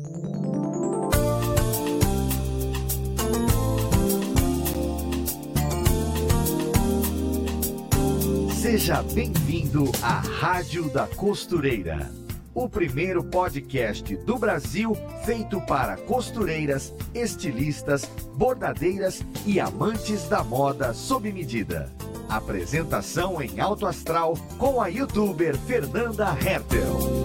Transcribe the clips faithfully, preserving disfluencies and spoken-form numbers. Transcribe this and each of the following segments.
Seja bem-vindo à Rádio da Costureira, o primeiro podcast do Brasil feito para costureiras, estilistas, bordadeiras e amantes da moda sob medida. Apresentação em alto astral com a youtuber Fernanda Hertel.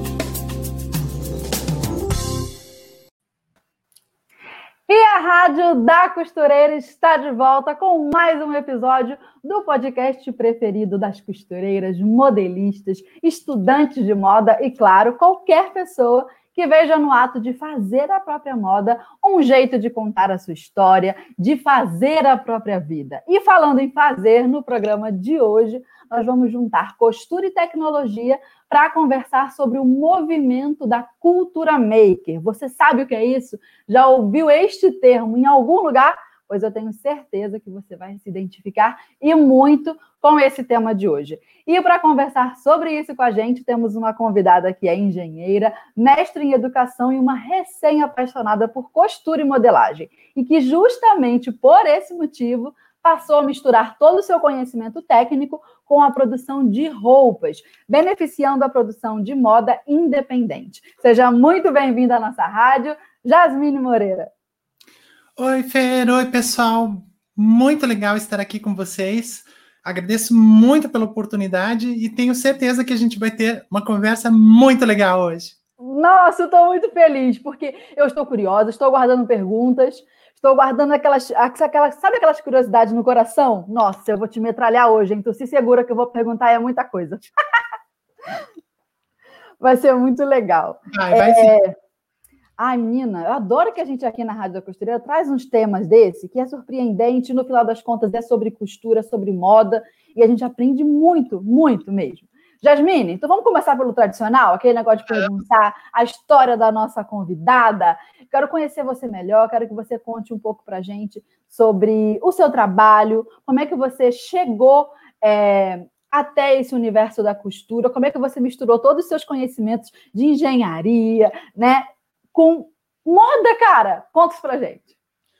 E a Rádio da Costureira está de volta com mais um episódio do podcast preferido das costureiras, modelistas, estudantes de moda e, claro, qualquer pessoa que veja no ato de fazer a própria moda um jeito de contar a sua história, de fazer a própria vida. E falando em fazer, no programa de hoje, nós vamos juntar costura e tecnologia para conversar sobre o movimento da cultura maker. Você sabe o que é isso? Já ouviu este termo em algum lugar? Pois eu tenho certeza que você vai se identificar e muito com esse tema de hoje. E para conversar sobre isso com a gente, temos uma convidada que é engenheira, mestre em educação e uma recém-apaixonada por costura e modelagem. E que justamente por esse motivo passou a misturar todo o seu conhecimento técnico com a produção de roupas, beneficiando a produção de moda independente. Seja muito bem-vinda à nossa rádio, Jasmine Moreira. Oi, Fer, oi, pessoal. Muito legal estar aqui com vocês. Agradeço muito pela oportunidade e tenho certeza que a gente vai ter uma conversa muito legal hoje. Nossa, eu estou muito feliz, porque eu estou curiosa, estou guardando perguntas, estou guardando aquelas, aquelas, sabe aquelas curiosidades no coração? Nossa, eu vou te metralhar hoje, então se segura que eu vou perguntar é muita coisa. Vai ser muito legal. Vai, vai sim. É... Ai, menina, eu adoro que a gente aqui na Rádio da Costureira traz uns temas desse, que é surpreendente, no final das contas é sobre costura, sobre moda, e a gente aprende muito, muito mesmo. Jasmine, então vamos começar pelo tradicional, aquele negócio de perguntar a história da nossa convidada. Quero conhecer você melhor, quero que você conte um pouco pra gente sobre o seu trabalho, como é que você chegou é, até esse universo da costura, como é que você misturou todos os seus conhecimentos de engenharia, né, com moda, cara. Conta isso pra gente.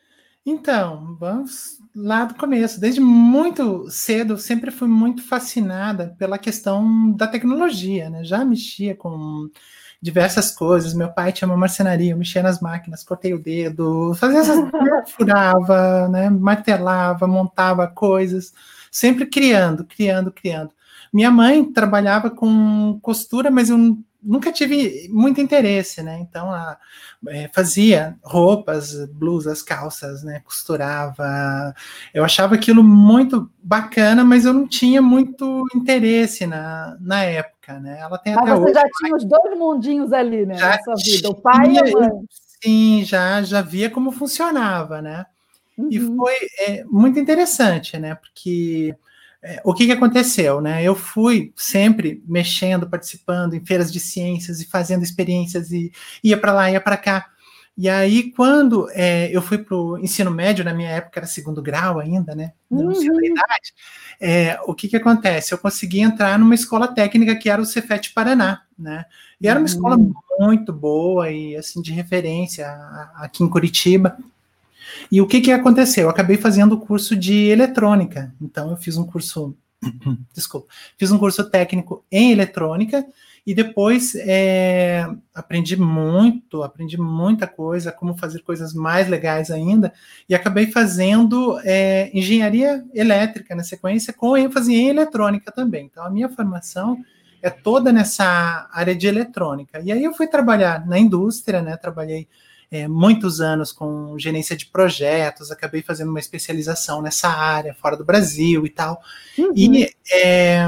Então, vamos lá do começo. Desde muito cedo, eu sempre fui muito fascinada pela questão da tecnologia, né? Já mexia com diversas coisas. Meu pai tinha uma marcenaria, eu mexia nas máquinas, cortei o dedo, fazia essas... furava, né? Martelava, montava coisas, sempre criando, criando, criando. Minha mãe trabalhava com costura, mas eu nunca tive muito interesse, né? Então, a, é, fazia roupas, blusas, calças, né? Costurava. Eu achava aquilo muito bacana, mas eu não tinha muito interesse na, na época, né? Ela tem mas até você hoje, já pai, tinha os dois mundinhos ali, né? já na sua vida, o pai tinha, e a mãe. Sim, já, já via como funcionava, né? Uhum. E foi é, muito interessante, né? Porque... É, o que, que aconteceu, né? Eu fui sempre mexendo, participando em feiras de ciências e fazendo experiências e ia para lá, ia para cá. E aí, quando é, eu fui para o ensino médio, na minha época era segundo grau ainda, né? Não sei a idade. É, o que, que acontece? Eu consegui entrar numa escola técnica que era o Cefet Paraná, né? E era uma escola uhum. muito boa e assim de referência aqui em Curitiba. E o que, que aconteceu? Eu acabei fazendo o curso de eletrônica. Então, eu fiz um curso... Desculpa. Fiz um curso técnico em eletrônica e depois é, aprendi muito, aprendi muita coisa, como fazer coisas mais legais ainda, e acabei fazendo é, engenharia elétrica na sequência, com ênfase em eletrônica também. Então, a minha formação é toda nessa área de eletrônica. E aí eu fui trabalhar na indústria, né? Trabalhei É, muitos anos com gerência de projetos, acabei fazendo uma especialização nessa área, fora do Brasil e tal, uhum. e é,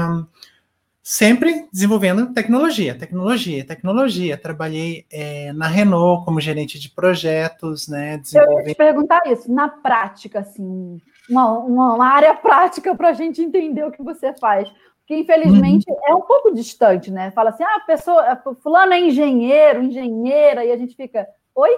sempre desenvolvendo tecnologia, tecnologia, tecnologia. Trabalhei é, na Renault como gerente de projetos, né? Desenvolvendo... Eu ia te perguntar isso, na prática, assim, uma, uma, uma área prática para a gente entender o que você faz. Que infelizmente uhum. é um pouco distante, né? Fala assim, ah, a pessoa, fulano é engenheiro, engenheira, e a gente fica, oi?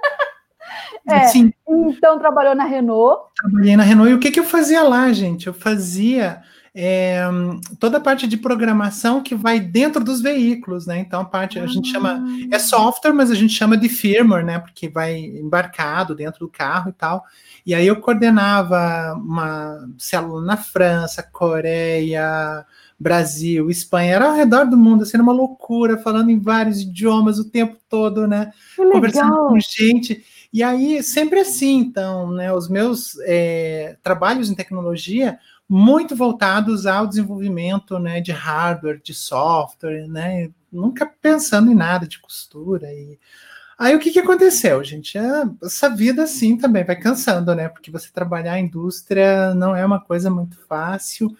É, Sim. Então trabalhou na Renault. Trabalhei na Renault, e o que, que eu fazia lá, gente? Eu fazia é, toda a parte de programação que vai dentro dos veículos, né? Então a parte a gente chama é software, mas a gente chama de firmware, né? Porque vai embarcado dentro do carro e tal. E aí eu coordenava uma célula na França, Coreia, Brasil, Espanha, era ao redor do mundo, assim, era uma loucura, falando em vários idiomas o tempo todo, né? Conversando com gente. E aí, sempre assim, então, né? Os meus é, trabalhos em tecnologia muito voltados ao desenvolvimento, né, de hardware, de software, né? Nunca pensando em nada de costura. E... Aí o que, que aconteceu, gente? É, essa vida, assim, também vai cansando, né? Porque você trabalhar em indústria não é uma coisa muito fácil.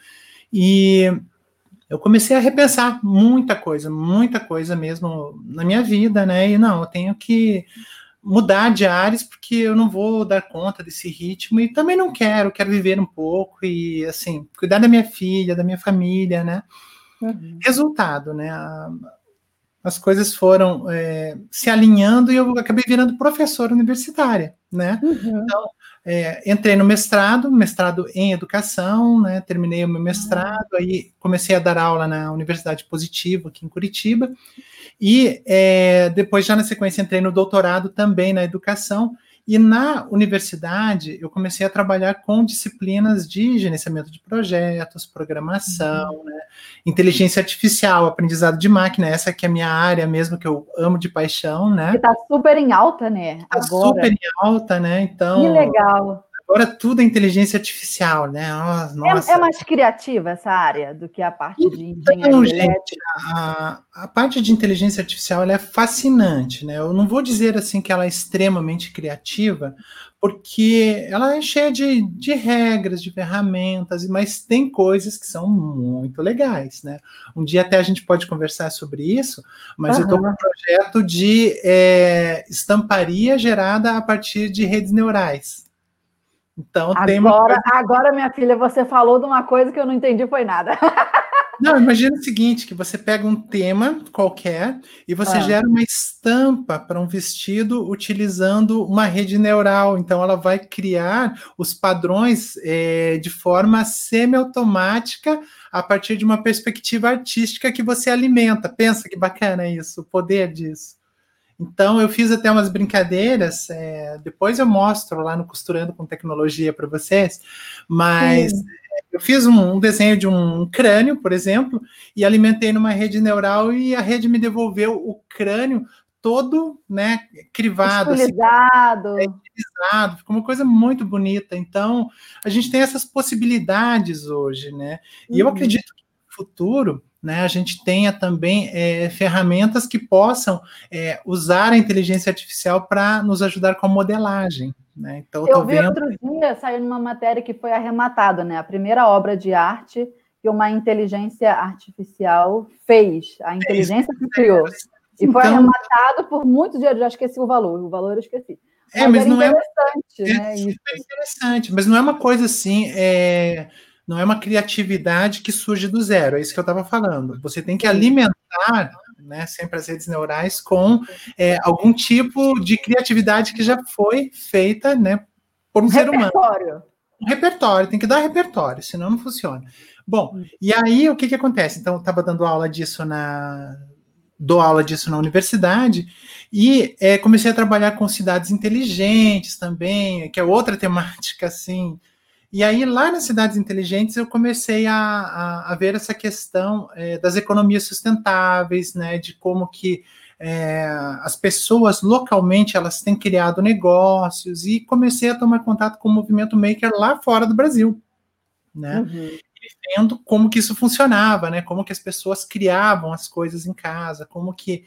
E eu comecei a repensar muita coisa, muita coisa mesmo na minha vida, né? E não, eu tenho que mudar de áreas porque eu não vou dar conta desse ritmo e também não quero, quero viver um pouco e, assim, cuidar da minha filha, da minha família, né? Uhum. Resultado, né? A, as coisas foram é, se alinhando e eu acabei virando professora universitária, né? Uhum. Então, é, entrei no mestrado, mestrado em educação, né? Terminei o meu mestrado, uhum. Aí comecei a dar aula na Universidade Positivo, aqui em Curitiba, e é, depois, já na sequência, entrei no doutorado também na educação, e na universidade eu comecei a trabalhar com disciplinas de gerenciamento de projetos, programação, uhum. né, inteligência artificial, aprendizado de máquina, essa que é a minha área mesmo, que eu amo de paixão, né? Que tá super em alta, né? Tá super em alta, né? Então... Que legal! Agora tudo é inteligência artificial, né? Nossa. É, é mais criativa essa área do que a parte de engenharia então, gente, elétrica? A, a parte de inteligência artificial ela é fascinante, né? Eu não vou dizer assim que ela é extremamente criativa, porque ela é cheia de, de regras, de ferramentas, mas tem coisas que são muito legais, né? Um dia até a gente pode conversar sobre isso, mas uhum. eu estou com um projeto de é, estamparia gerada a partir de redes neurais. Então, agora, tem uma coisa... agora, minha filha, você falou de uma coisa que eu não entendi, foi nada. Não, imagina o seguinte, que você pega um tema qualquer e você ah. gera uma estampa para um vestido utilizando uma rede neural. Então, ela vai criar os padrões é, de forma semi-automática a partir de uma perspectiva artística que você alimenta. Pensa que bacana isso, o poder disso. Então, eu fiz até umas brincadeiras, é, depois eu mostro lá no Costurando com Tecnologia para vocês, mas Sim. eu fiz um, um desenho de um crânio, por exemplo, e alimentei numa rede neural e a rede me devolveu o crânio todo, né, crivado. Estilizado. Assim, estilizado, ficou uma coisa muito bonita. Então, a gente tem essas possibilidades hoje, né? E uhum. eu acredito que no futuro... né, a gente tenha também é, ferramentas que possam é, usar a inteligência artificial para nos ajudar com a modelagem. Né? Então, eu tô vi vendo... outro dia, saiu numa matéria que foi arrematado, né? A primeira obra de arte que uma inteligência artificial fez. A inteligência que criou. E foi então... arrematado por muito dinheiro, já esqueci o valor, o valor eu esqueci. É, mas, mas não é interessante, é, né? É super interessante, mas não é uma coisa assim... É... Não é uma criatividade que surge do zero, é isso que eu estava falando. Você tem que alimentar, né, sempre as redes neurais com é, algum tipo de criatividade que já foi feita, né, por um, um ser repertório. humano. Um repertório, tem que dar repertório, senão não funciona. Bom, e aí o que, que acontece? Então, eu estava dando aula disso na... dou aula disso na universidade e é, comecei a trabalhar com cidades inteligentes também, que é outra temática, assim... E aí, lá nas cidades inteligentes, eu comecei a, a, a ver essa questão é, das economias sustentáveis, né, de como que é, as pessoas localmente elas têm criado negócios, e comecei a tomar contato com o movimento maker lá fora do Brasil, né, uhum. vendo como que isso funcionava, né, como que as pessoas criavam as coisas em casa, como que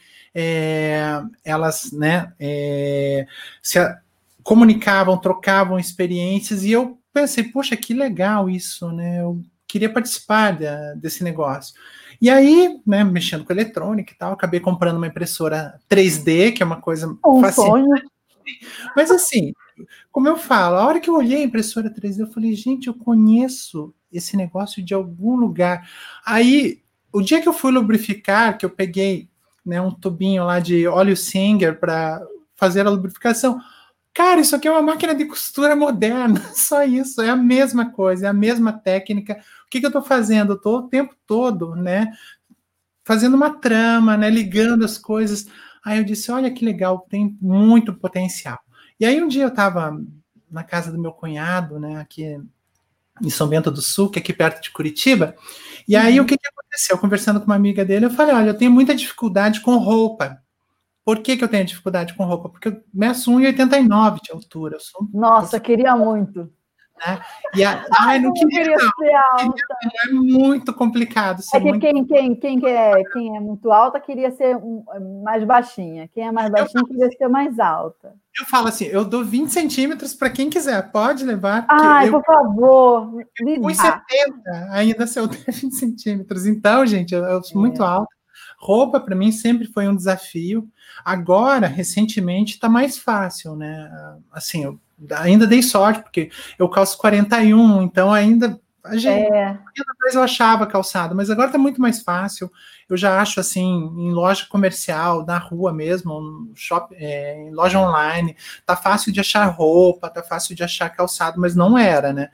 é, elas, né, é, se a, comunicavam, trocavam experiências, e eu pensei, poxa, que legal isso, né? Eu queria participar da, desse negócio. E aí, né, mexendo com eletrônica e tal, acabei comprando uma impressora três D, que é uma coisa um fascinante. Sonho. Mas assim, como eu falo, a hora que eu olhei a impressora três D, eu falei, gente, eu conheço esse negócio de algum lugar. Aí, o dia que eu fui lubrificar, que eu peguei, né, um tubinho lá de óleo Singer para fazer a lubrificação, Cara, isso aqui é uma máquina de costura moderna, só isso, é a mesma coisa, é a mesma técnica. O que, que eu estou fazendo? Eu estou o tempo todo, né, fazendo uma trama, né, ligando as coisas. Aí eu disse, olha que legal, tem muito potencial. E aí um dia eu estava na casa do meu cunhado, né, aqui em São Bento do Sul, que é aqui perto de Curitiba, e aí uhum. o que, que aconteceu? Conversando com uma amiga dele, eu falei, olha, eu tenho muita dificuldade com roupa. Por que, que eu tenho dificuldade com roupa? Porque eu meço um e oitenta e nove de altura. Eu sou, Nossa, eu sou, queria muito. Né? E a, ai, não queria, queria não. ser alta. É muito complicado. É que muito... quem, quem, quem, é, quem é muito alta queria ser um, mais baixinha. Quem é mais baixinha queria ser mais alta. Eu falo assim, eu dou vinte centímetros para quem quiser, pode levar. Ai, eu, por favor. um e setenta, ainda se eu der vinte centímetros. Então, gente, eu, eu sou é. muito alta. Roupa, para mim, sempre foi um desafio. Agora, recentemente, está mais fácil, né? Assim, eu ainda dei sorte, porque eu calço quarenta e um, então ainda... A gente, é. eu achava calçado, mas agora está muito mais fácil. Eu já acho, assim, em loja comercial, na rua mesmo, no shop, é, em loja online, tá fácil de achar roupa, tá fácil de achar calçado, mas não era, né?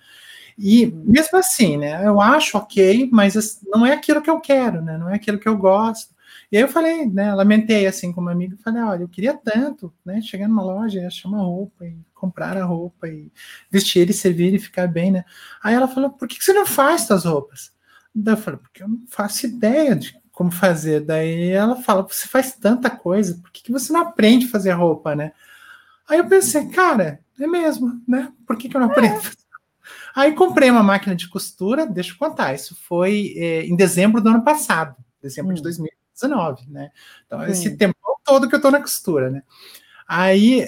E mesmo assim, né, eu acho ok, mas não é aquilo que eu quero, né, não é aquilo que eu gosto. E aí eu falei, né, lamentei assim com uma amiga, falei, olha, eu queria tanto, né, chegar numa loja e achar uma roupa e comprar a roupa e vestir e servir e ficar bem, né. Aí ela falou, por que você não faz suas roupas? Daí eu falei, porque eu não faço ideia de como fazer. Daí ela fala, você faz tanta coisa, por que você não aprende a fazer roupa, né? Aí eu pensei, cara, é mesmo, né, por que, que eu não aprendo a fazer? Aí comprei uma máquina de costura, deixa eu contar, isso foi é, em dezembro do ano passado, dezembro hum. de dois mil e dezenove, né? Então, Sim. esse tempo todo que eu tô na costura, né? Aí,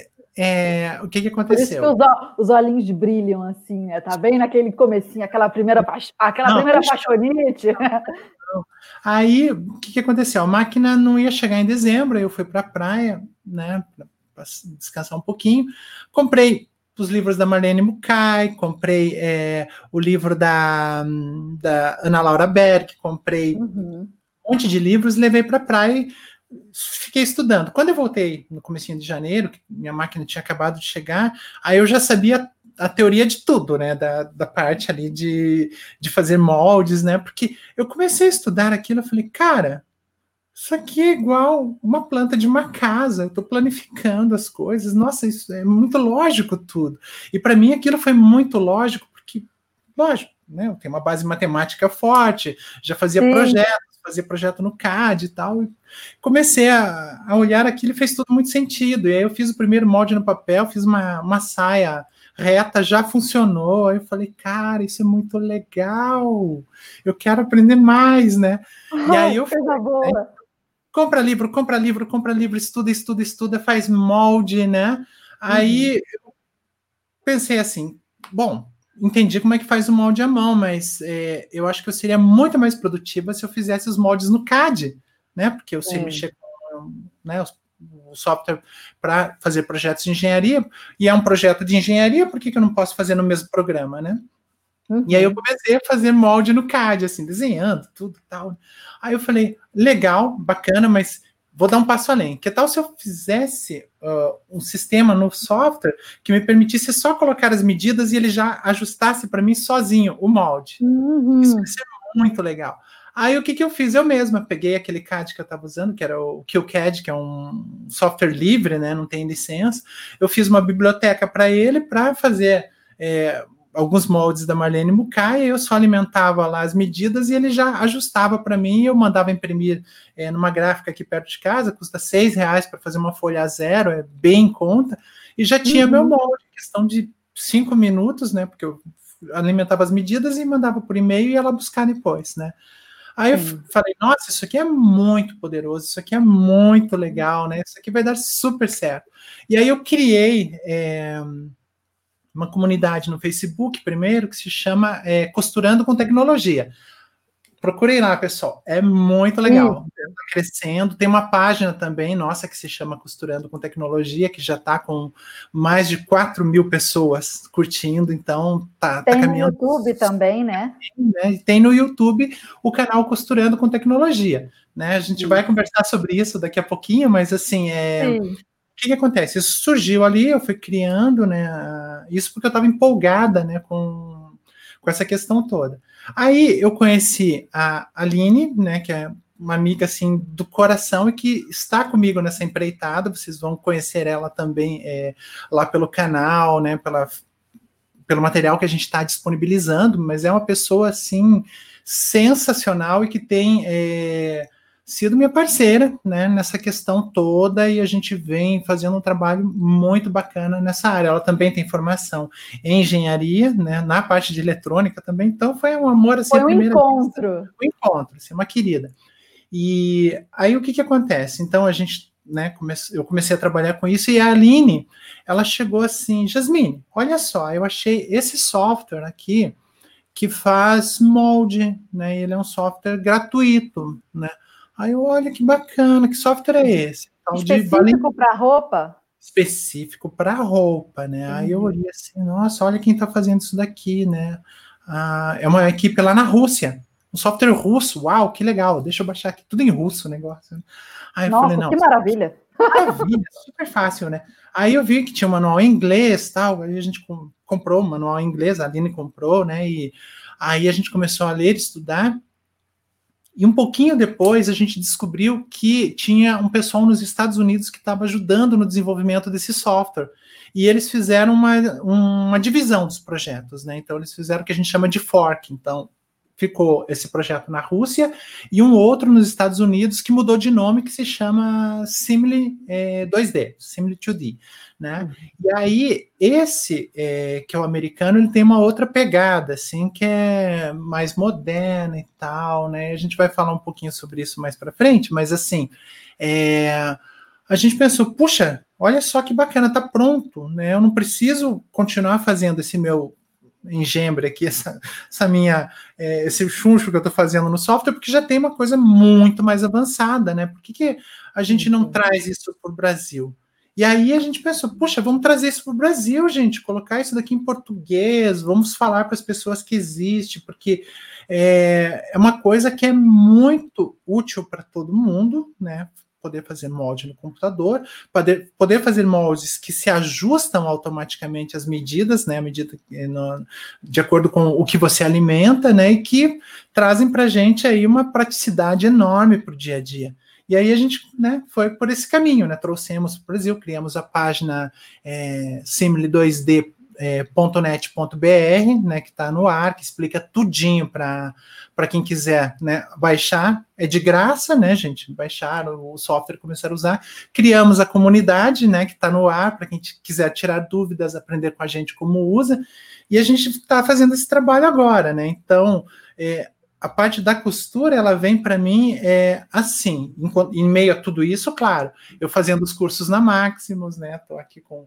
é, o que que aconteceu? Por isso que os, os olhinhos brilham assim, né? Tá bem naquele comecinho, aquela primeira, aquela não, primeira paixonite. Não. Aí, o que que aconteceu? A máquina não ia chegar em dezembro, aí eu fui para a praia, né, para descansar um pouquinho, comprei os livros da Marlene Mukai, comprei é, o livro da, da Ana Laura Berg, comprei uhum. um monte de livros, levei para a praia e fiquei estudando. Quando eu voltei no comecinho de janeiro, que minha máquina tinha acabado de chegar, aí eu já sabia a teoria de tudo, né, da, da parte ali de, de fazer moldes, né, porque eu comecei a estudar aquilo, eu falei, cara, isso aqui é igual uma planta de uma casa, eu estou planificando as coisas, nossa, isso é muito lógico tudo. E para mim aquilo foi muito lógico, porque, lógico, né, eu tenho uma base matemática forte, já fazia Sim. projetos, fazia projeto no C A D e tal, e comecei a, a olhar aquilo e fez tudo muito sentido. E aí eu fiz o primeiro molde no papel, fiz uma, uma saia reta, já funcionou. Aí eu falei, cara, isso é muito legal, eu quero aprender mais, né? E aí eu coisa boa. Né? Compra livro, compra livro, compra livro, estuda, estuda, estuda, faz molde, né? Aí uhum. eu pensei assim, bom, entendi como é que faz o molde à mão, mas é, eu acho que eu seria muito mais produtiva se eu fizesse os moldes no C A D, né? Porque eu sei é. mexer com, né, o software para fazer projetos de engenharia, e é um projeto de engenharia, por que, que eu não posso fazer no mesmo programa, né? Uhum. E aí eu comecei a fazer molde no C A D, assim, desenhando tudo e tal. Aí eu falei, legal, bacana, mas vou dar um passo além. Que tal se eu fizesse uh, um sistema no software que me permitisse só colocar as medidas e ele já ajustasse para mim sozinho o molde? Uhum. Isso ia ser muito legal. Aí o que, que eu fiz? Eu mesma peguei aquele C A D que eu estava usando, que era o QCAD, que é um software livre, né, não tem licença. Eu fiz uma biblioteca para ele para fazer... É, alguns moldes da Marlene Mukai, eu só alimentava lá as medidas e ele já ajustava para mim, eu mandava imprimir é, numa gráfica aqui perto de casa, custa seis reais para fazer uma folha a zero, é bem em conta, e já tinha uhum. meu molde, questão de cinco minutos, né, porque eu alimentava as medidas e mandava por e-mail e ela buscar depois, né. Aí Sim. eu falei, nossa, isso aqui é muito poderoso, isso aqui é muito legal, né, isso aqui vai dar super certo. E aí eu criei... É, uma comunidade no Facebook, primeiro, que se chama é, Costurando com Tecnologia. Procurei lá, pessoal. É muito legal. Está crescendo. Tem uma página também, nossa, que se chama Costurando com Tecnologia, que já está com mais de quatro mil pessoas curtindo, então tá, tem tá caminhando. Tem no YouTube também, né? né? Tem no YouTube o canal Costurando com Tecnologia. Né? A gente Sim. vai conversar sobre isso daqui a pouquinho, mas assim, é... Sim. que, que acontece? Isso surgiu ali, eu fui criando, né? Isso porque eu estava empolgada, né? Com, com essa questão toda. Aí eu conheci a Aline, né? Que é uma amiga assim do coração e que está comigo nessa empreitada. Vocês vão conhecer ela também é, lá pelo canal, né? Pela, pelo material que a gente está disponibilizando. Mas é uma pessoa assim sensacional e que tem é, sido minha parceira, né, nessa questão toda, e a gente vem fazendo um trabalho muito bacana nessa área. Ela também tem formação em engenharia, né, na parte de eletrônica também, então foi um amor, assim, foi um a primeira encontro. Vez, um encontro, assim, uma querida. E aí o que que acontece? Então a gente, né, comece, eu comecei a trabalhar com isso, e a Aline, ela chegou assim, Jasmine, olha só, eu achei esse software aqui, que faz molde, né? Ele é um software gratuito, né? Aí eu, olha que bacana, que software é esse? Então, específico para roupa? Específico para roupa, né? Uhum. Aí eu olhei assim, nossa, olha quem está fazendo isso daqui, né? Ah, é uma equipe lá na Rússia, um software russo, uau, que legal, deixa eu baixar aqui, tudo em russo o negócio. Aí eu nossa, falei, não, que maravilha! Maravilha, super fácil, né? Aí eu vi que tinha um manual em inglês, tal, aí a gente comprou o manual em inglês, a Aline comprou, né? E aí a gente começou a ler, estudar. E um pouquinho depois a gente descobriu que tinha um pessoal nos Estados Unidos que estava ajudando no desenvolvimento desse software. E eles fizeram uma, uma divisão dos projetos, né? Então eles fizeram o que a gente chama de fork. Então ficou esse projeto na Rússia e um outro nos Estados Unidos que mudou de nome, que se chama Simile é, dois D, Simile dois D, né? Uhum. E aí, esse, é, que é o americano, ele tem uma outra pegada, assim, que é mais moderna e tal, né? A gente vai falar um pouquinho sobre isso mais para frente, mas assim, é, a gente pensou, puxa, olha só que bacana, tá pronto, né? Eu não preciso continuar fazendo esse meu engembre aqui, essa, essa minha, é, esse chuncho que eu estou fazendo no software, porque já tem uma coisa muito mais avançada, né? Por que, que a gente não traz isso para o Brasil? E aí a gente pensou, puxa, vamos trazer isso para o Brasil, gente, colocar isso daqui em português, vamos falar para as pessoas que existe, porque é, é uma coisa que é muito útil para todo mundo, né? Poder fazer molde no computador, poder, poder fazer moldes que se ajustam automaticamente às medidas, né, à medida no, de acordo com o que você alimenta, né, e que trazem para a gente aí uma praticidade enorme para o dia a dia. E aí a gente, né, foi por esse caminho, né, trouxemos para o Brasil, criamos a página é, simile dois D ponto net ponto b r, né, que está no ar, que explica tudinho para para quem quiser, né, baixar, é de graça, né, gente, baixar o software, começar a usar. Criamos a comunidade, né, que está no ar, para quem quiser tirar dúvidas, aprender com a gente como usa, e a gente está fazendo esse trabalho agora, né, então, é, a parte da costura, ela vem para mim é, assim, em, em meio a tudo isso, claro, eu fazendo os cursos na Maximus, né, estou aqui com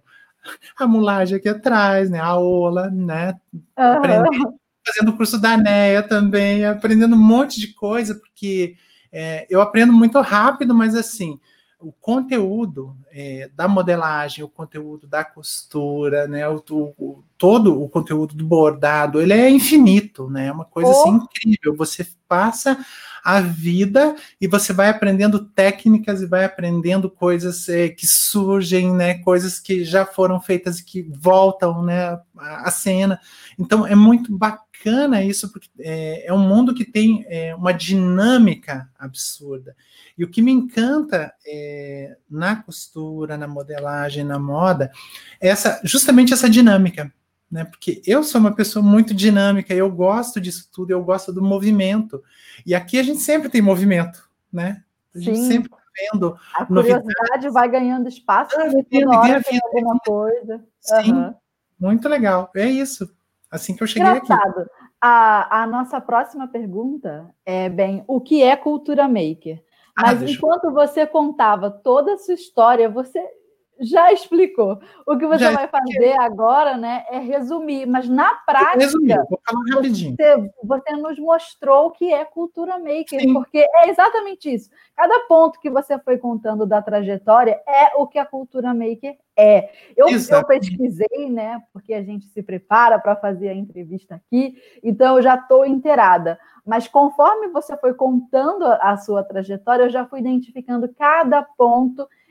a mulagem aqui atrás, né, a Ola, né, uhum. Aprendendo, fazendo o curso da Neia também, aprendendo um monte de coisa, porque é, eu aprendo muito rápido, mas assim, o conteúdo é, da modelagem, o conteúdo da costura, né, o, o, todo o conteúdo do bordado, ele é infinito, né, é uma coisa oh. assim incrível, você passa a vida e você vai aprendendo técnicas e vai aprendendo coisas é, que surgem, né, coisas que já foram feitas e que voltam, né, à cena. Então é muito bacana isso, porque é, é um mundo que tem é, uma dinâmica absurda. E o que me encanta é, na costura, na modelagem, na moda, é essa, justamente essa dinâmica. Né, porque eu sou uma pessoa muito dinâmica, eu gosto disso tudo, eu gosto do movimento, e aqui a gente sempre tem movimento, né? A gente Sim. sempre está vendo a curiosidade novidades. Vai ganhando espaço, ah, toda hora tem alguma coisa. Sim, uhum. Muito legal, é isso, assim que eu cheguei Engraçado. aqui. A, a nossa próxima pergunta é, bem, o que é cultura maker? Mas ah, enquanto você contava toda a sua história, você já explicou. O que você já vai fazer agora, né, é resumir, mas na prática, resumir, vou falar rapidinho. Você, você nos mostrou o que é cultura maker, Sim. porque é exatamente isso. Cada ponto que você foi contando da trajetória é o que a cultura maker é. Eu, eu pesquisei, né, porque a gente se prepara para fazer a entrevista aqui, então eu já estou inteirada. Mas conforme você foi contando a sua trajetória, eu já fui identificando cada ponto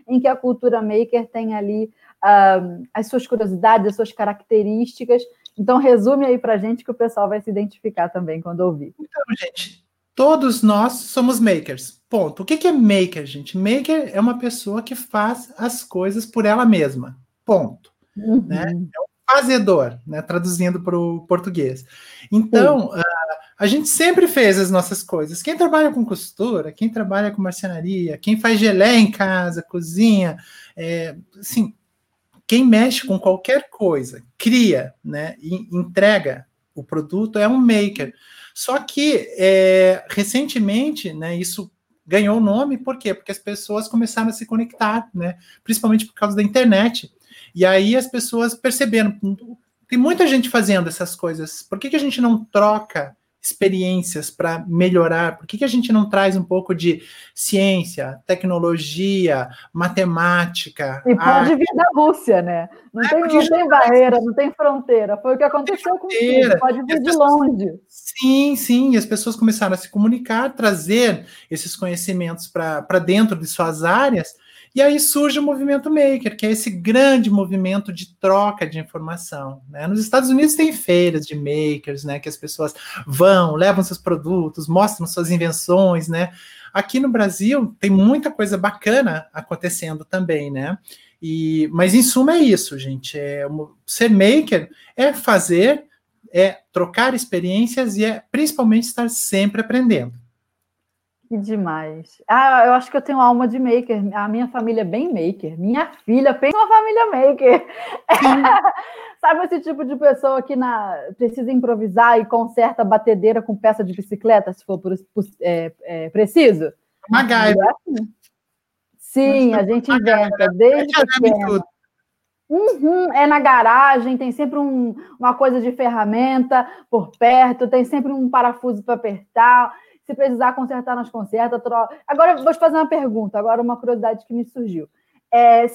em que a cultura maker tem ali uh, as suas curiosidades, as suas características. Então, resume aí para a gente que o pessoal vai se identificar também quando ouvir. Então, gente, todos nós somos makers, ponto. O que é maker, gente? Maker é uma pessoa que faz as coisas por ela mesma, ponto. Uhum. Né? É um fazedor, né? Traduzindo para o português. Então, uh, a gente sempre fez as nossas coisas. Quem trabalha com costura, quem trabalha com marcenaria, quem faz geleia em casa, cozinha, é, assim, quem mexe com qualquer coisa, cria, né, e entrega o produto, é um maker. Só que, é, recentemente, né, isso ganhou nome, por quê? Porque as pessoas começaram a se conectar, né, principalmente por causa da internet. E aí as pessoas perceberam, tem muita gente fazendo essas coisas, por que que a gente não troca experiências para melhorar? Por que que a gente não traz um pouco de ciência, tecnologia, matemática? E pode a... vir da Rússia, né? Não é, tem, não tem barreira, não tem fronteira. Foi o que aconteceu com tudo. Pode vir de pessoas... longe. Sim, sim. E as pessoas começaram a se comunicar, trazer esses conhecimentos para dentro de suas áreas. E aí surge o movimento maker, que é esse grande movimento de troca de informação, né? Nos Estados Unidos tem feiras de makers, né? Que as pessoas vão, levam seus produtos, mostram suas invenções, né? Aqui no Brasil tem muita coisa bacana acontecendo também, né? E, mas em suma é isso, gente. É, ser maker é fazer, é trocar experiências e é principalmente estar sempre aprendendo. Que demais. Ah, eu acho que eu tenho alma de maker. A minha família é bem maker. Minha filha pensa uma família maker. Sabe esse tipo de pessoa que na, precisa improvisar e conserta a batedeira com peça de bicicleta, se for por, por, é, é, preciso? MacGyver. Sim, a gente inventa desde pequena. Uhum, é na garagem, tem sempre um, uma coisa de ferramenta por perto, tem sempre um parafuso para apertar. Se precisar consertar, nós conserta. Tro... Agora, eu vou te fazer uma pergunta, agora uma curiosidade que me surgiu. É...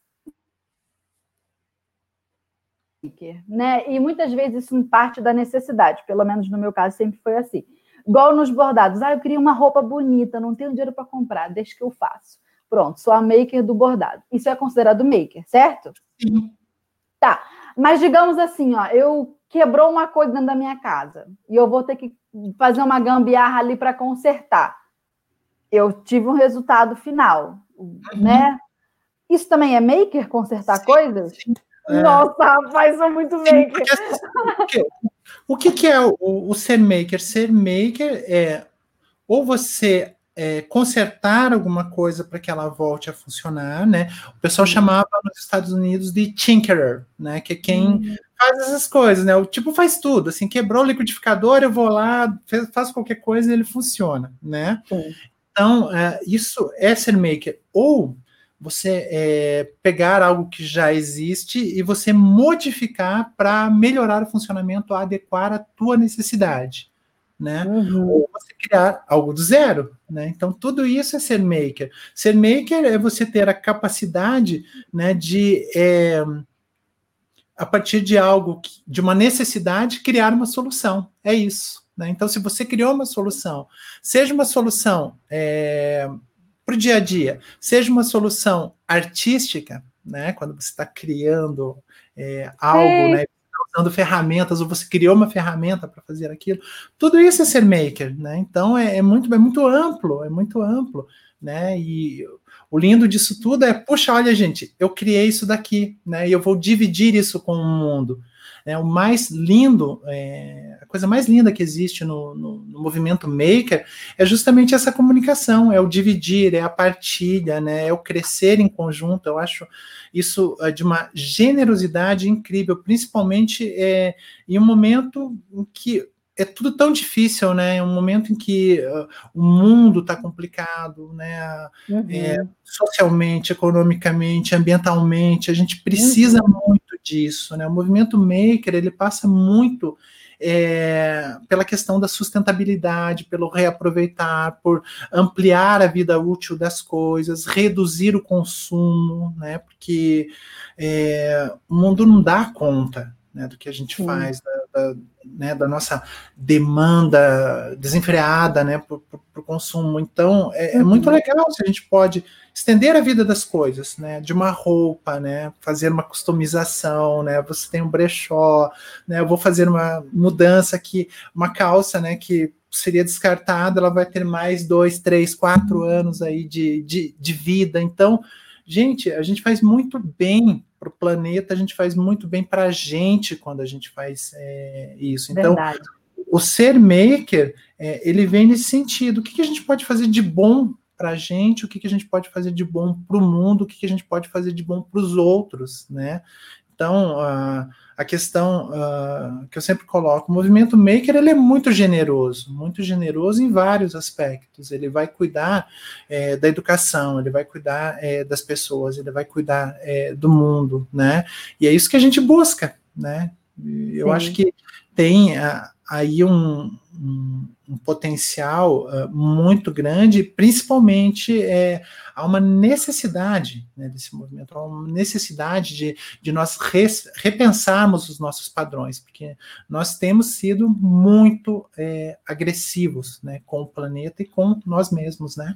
Né? E muitas vezes isso parte da necessidade, pelo menos no meu caso sempre foi assim. Igual nos bordados. Ah, eu queria uma roupa bonita, não tenho dinheiro para comprar, deixa que eu faço. Pronto, sou a maker do bordado. Isso é considerado maker, certo? Sim. Tá, mas digamos assim, ó, eu quebrou uma coisa dentro da minha casa e eu vou ter que fazer uma gambiarra ali para consertar. Eu tive um resultado final, uhum. né? Isso também é maker, consertar sim, coisas? Sim. Nossa, é. rapaz, sou muito maker. Porque, o que, que é o, o ser maker? Ser maker é ou você é, consertar alguma coisa para que ela volte a funcionar, né? O pessoal uhum. chamava nos Estados Unidos de tinkerer, né? Que é quem uhum. faz essas coisas, né? O tipo faz tudo, assim, quebrou o liquidificador, eu vou lá, faço qualquer coisa e ele funciona, né? Uhum. Então, é, isso é ser maker. Ou você é, pegar algo que já existe e você modificar para melhorar o funcionamento, adequar a tua necessidade, né? Uhum. Ou você criar algo do zero, né? Então, tudo isso é ser maker. Ser maker é você ter a capacidade, né, de, é, a partir de algo, que, de uma necessidade, criar uma solução. É isso, né? Então, se você criou uma solução, seja uma solução é, para o dia a dia, seja uma solução artística, né? Quando você está criando é, algo, é. né? Usando ferramentas, ou você criou uma ferramenta para fazer aquilo, tudo isso é ser maker, né? Então é, é, muito, é muito amplo, é muito amplo, né? E o lindo disso tudo é, puxa, olha, gente, eu criei isso daqui, né? E eu vou dividir isso com o mundo. É, o mais lindo, é, a coisa mais linda que existe no, no, no movimento maker é justamente essa comunicação, é o dividir, é a partilha, né, é o crescer em conjunto. Eu acho isso é, de uma generosidade incrível, principalmente é, em um momento em que é tudo tão difícil, né? É um momento em que uh, o mundo está complicado, né? Uhum. É, socialmente, economicamente, ambientalmente, a gente precisa uhum. muito disso, né? O movimento maker, ele passa muito é, pela questão da sustentabilidade, pelo reaproveitar, por ampliar a vida útil das coisas, reduzir o consumo, né? Porque é, o mundo não dá conta, né, do que a gente Sim. faz, né? da, né, da nossa demanda desenfreada, né, para o consumo. Então, é, é muito legal se a gente pode estender a vida das coisas, né, de uma roupa, né, fazer uma customização, né, você tem um brechó, né, eu vou fazer uma mudança aqui, uma calça, né, que seria descartada, ela vai ter mais dois, três, quatro anos aí de, de, de vida. Então, gente, a gente faz muito bem para o planeta, a gente faz muito bem para a gente quando a gente faz é, isso. Então, Verdade. o ser maker, é, ele vem nesse sentido. O que, que a gente pode fazer de bom para a gente? O que, que a gente pode fazer de bom para o mundo? O que, que a gente pode fazer de bom para os outros, né? Então, uh, a questão uh, que eu sempre coloco, o movimento maker, ele é muito generoso, muito generoso em vários aspectos. Ele vai cuidar é, da educação, ele vai cuidar é, das pessoas, ele vai cuidar é, do mundo, né? E é isso que a gente busca, né? Eu Sim. acho que tem uh, aí um, um, um potencial uh, muito grande, principalmente é, há uma necessidade, né, desse movimento, há uma necessidade de, de nós res, repensarmos os nossos padrões, porque nós temos sido muito é, agressivos, né, com o planeta e com nós mesmos, né?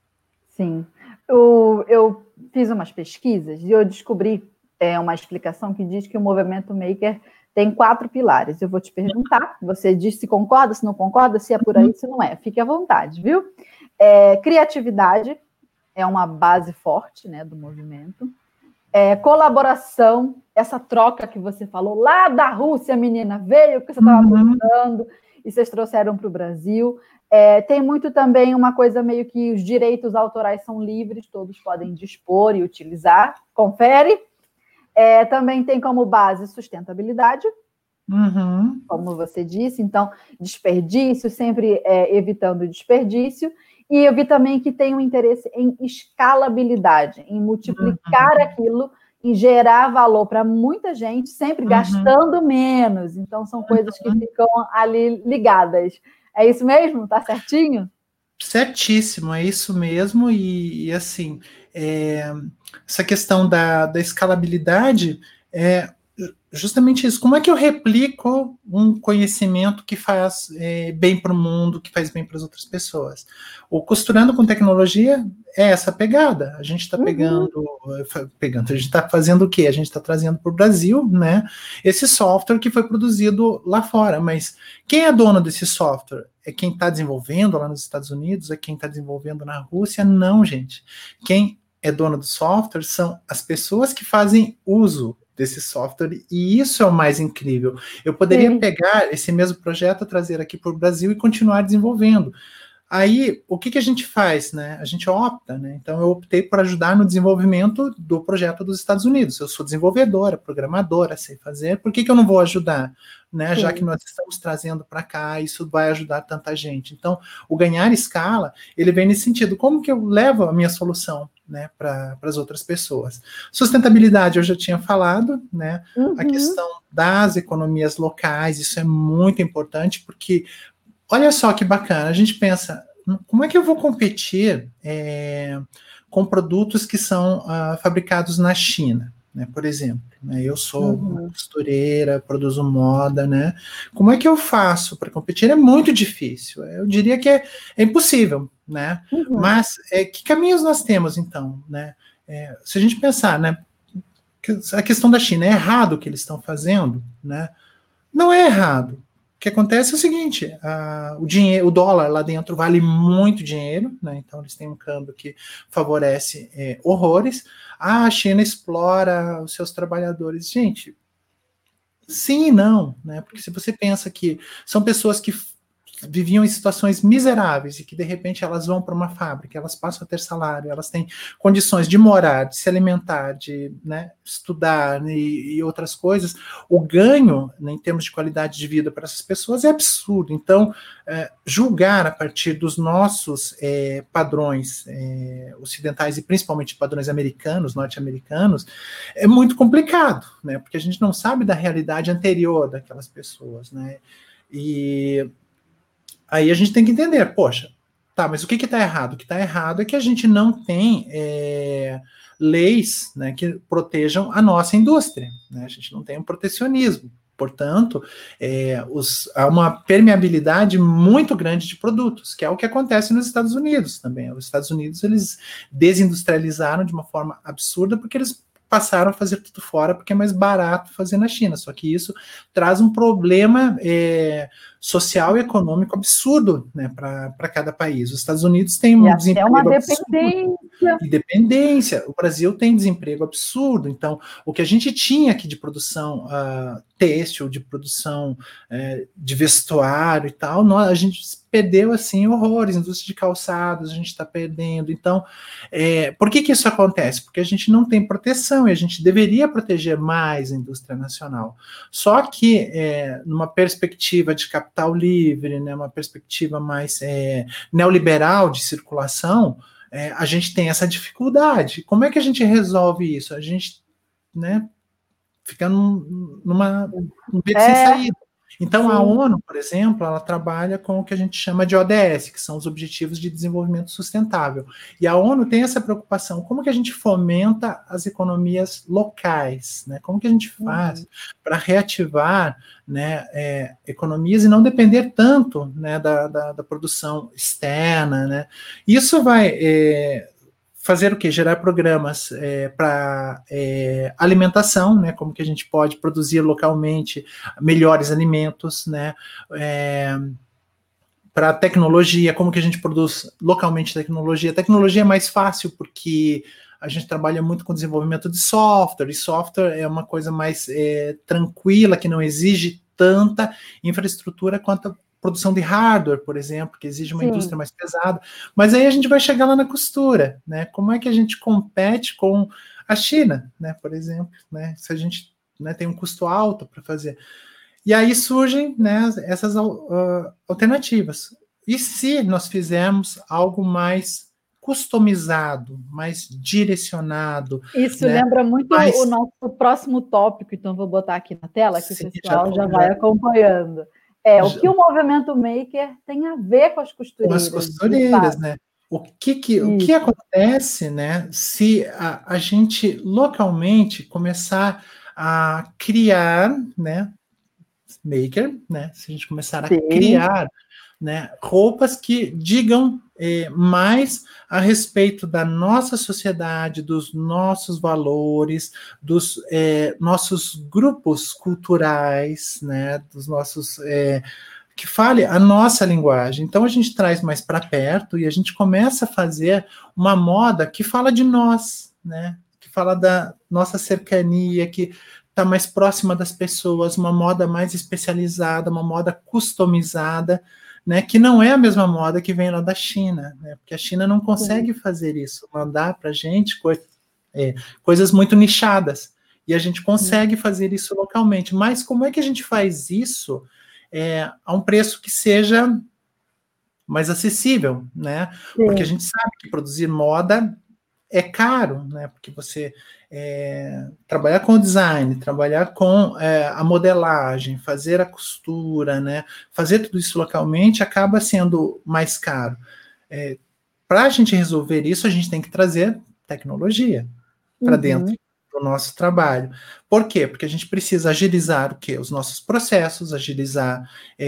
Sim. Eu, eu fiz umas pesquisas e eu descobri é, uma explicação que diz que o movimento maker tem quatro pilares. Eu vou te perguntar, você diz se concorda, se não concorda, se é por aí, se não é. Fique à vontade, viu? É, criatividade é uma base forte, né, do movimento. É, colaboração, essa troca que você falou, lá da Rússia, menina, veio que você estava buscando e vocês trouxeram para o Brasil. É, tem muito também uma coisa meio que os direitos autorais são livres, todos podem dispor e utilizar. Confere. É, também tem como base sustentabilidade, uhum. como você disse, então desperdício, sempre é, evitando desperdício, e eu vi também que tem um interesse em escalabilidade, em multiplicar uhum. aquilo, em gerar valor para muita gente, sempre uhum. gastando menos, então são coisas que ficam ali ligadas. É isso mesmo? Tá certinho? Certíssimo, é isso mesmo, e, e assim, é, essa questão da, da escalabilidade é justamente isso. Como é que eu replico um conhecimento que faz é, bem para o mundo, que faz bem para as outras pessoas? O Costurando com Tecnologia é essa pegada. A gente está pegando, uhum. pegando, a gente está fazendo o quê? A gente está trazendo para o Brasil, né, esse software que foi produzido lá fora. Mas quem é dono desse software? É quem está desenvolvendo lá nos Estados Unidos? É quem está desenvolvendo na Rússia? Não, gente. Quem é dono do software são as pessoas que fazem uso desse software, e isso é o mais incrível. Eu poderia Sim. pegar esse mesmo projeto, trazer aqui para o Brasil e continuar desenvolvendo. Aí, o que, que a gente faz, né? A gente opta, né? Então, eu optei por ajudar no desenvolvimento do projeto dos Estados Unidos. Eu sou desenvolvedora, programadora, sei fazer. Por que, que eu não vou ajudar? Né? Já que nós estamos trazendo para cá, isso vai ajudar tanta gente. Então, o ganhar escala, ele vem nesse sentido. Como que eu levo a minha solução, né, para as outras pessoas? Sustentabilidade, eu já tinha falado, né? Uhum. A questão das economias locais, isso é muito importante, porque olha só que bacana, a gente pensa, como é que eu vou competir é, com produtos que são uh, fabricados na China, né, por exemplo, né, eu sou uhum. uma costureira, produzo moda, né, como é que eu faço para competir? É muito difícil, eu diria que é, é impossível, né, uhum. mas é, que caminhos nós temos, então, né, é, se a gente pensar, né, a questão da China, é errado o que eles estão fazendo, né, não é errado. O que acontece é o seguinte, uh, o, dinheiro, o dólar lá dentro vale muito dinheiro, né? Então eles têm um câmbio que favorece é, horrores. Ah, a China explora os seus trabalhadores. Gente, sim e não, né? Porque se você pensa que são pessoas que viviam em situações miseráveis e que de repente elas vão para uma fábrica, elas passam a ter salário, elas têm condições de morar, de se alimentar, de, né, estudar e, e outras coisas, o ganho, né, em termos de qualidade de vida para essas pessoas é absurdo. Então, é, julgar a partir dos nossos é, padrões é, ocidentais e principalmente padrões americanos, norte-americanos, é muito complicado, né, porque a gente não sabe da realidade anterior daquelas pessoas, né, e aí a gente tem que entender, poxa, tá, mas o que está errado? O que está errado é que a gente não tem é, leis, né, que protejam a nossa indústria, né? A gente não tem um protecionismo, Portanto, é, os, há uma permeabilidade muito grande de produtos, que é o que acontece nos Estados Unidos também. Os Estados Unidos, eles desindustrializaram de uma forma absurda, porque eles passaram a fazer tudo fora, porque é mais barato fazer na China. Só que isso traz um problema é, social e econômico absurdo, né, para cada país. Os Estados Unidos têm um e desemprego é uma absurdo. dependência. E dependência. O Brasil tem desemprego absurdo. Então, o que a gente tinha aqui de produção uh, têxtil, de produção uh, de vestuário e tal, nós, a gente perdeu, assim, horrores. Indústria de calçados, a gente está perdendo. Então, é, por que que isso acontece? Porque a gente não tem proteção e a gente deveria proteger mais a indústria nacional. Só que, é, numa perspectiva de capital livre, né, uma perspectiva mais é, neoliberal de circulação, É, a gente tem essa dificuldade. Como é que a gente resolve isso? A gente, né, fica num, numa, num beco é, sem saída. Então, sim. A ONU, por exemplo, ela trabalha com o que a gente chama de O D S, que são os Objetivos de Desenvolvimento Sustentável. E a ONU tem essa preocupação, como que a gente fomenta as economias locais, né? Como que a gente faz uhum. para reativar, né, é, economias e não depender tanto, né, da, da, da produção externa, né? Isso vai... É, fazer o quê? Gerar programas é, para é, alimentação, né? Como que a gente pode produzir localmente melhores alimentos, né? É, para tecnologia, como que a gente produz localmente tecnologia. Tecnologia é mais fácil porque a gente trabalha muito com desenvolvimento de software, e software é uma coisa mais é, tranquila, que não exige tanta infraestrutura quanto a produção de hardware, por exemplo, que exige uma Sim. indústria mais pesada, mas aí a gente vai chegar lá na costura, né? Como é que a gente compete com a China, né? Por exemplo, né? Se a gente, né, tem um custo alto para fazer. E aí surgem, né, essas uh, alternativas. E se nós fizermos algo mais customizado, mais direcionado? Isso, né? Lembra muito mais... o nosso próximo tópico, então vou botar aqui na tela, que Sim, o pessoal já, já vai já... acompanhando. É, o que o movimento maker tem a ver com as costureiras. Com as costureiras, né? O que, que, o que acontece, né, se a, a gente localmente começar a criar, né, maker, né, se a gente começar a Sim. criar, né, roupas que digam eh, mais a respeito da nossa sociedade, dos nossos valores, dos eh, nossos grupos culturais, né, dos nossos... Eh, que fale a nossa linguagem. Então, a gente traz mais para perto e a gente começa a fazer uma moda que fala de nós, né, que fala da nossa cercania, que está mais próxima das pessoas, uma moda mais especializada, uma moda customizada, né, que não é a mesma moda que vem lá da China, né, porque a China não consegue Sim. fazer isso, mandar para a gente co é, coisas muito nichadas, e a gente consegue Sim. fazer isso localmente, mas como é que a gente faz isso é, a um preço que seja mais acessível, né, Sim. porque a gente sabe que produzir moda é caro, né, porque você é, trabalhar com o design, trabalhar com é, a modelagem, fazer a costura, né, fazer tudo isso localmente acaba sendo mais caro. É, para a gente resolver isso, a gente tem que trazer tecnologia para uhum. dentro do nosso trabalho. Por quê? Porque a gente precisa agilizar o quê? Os nossos processos, agilizar...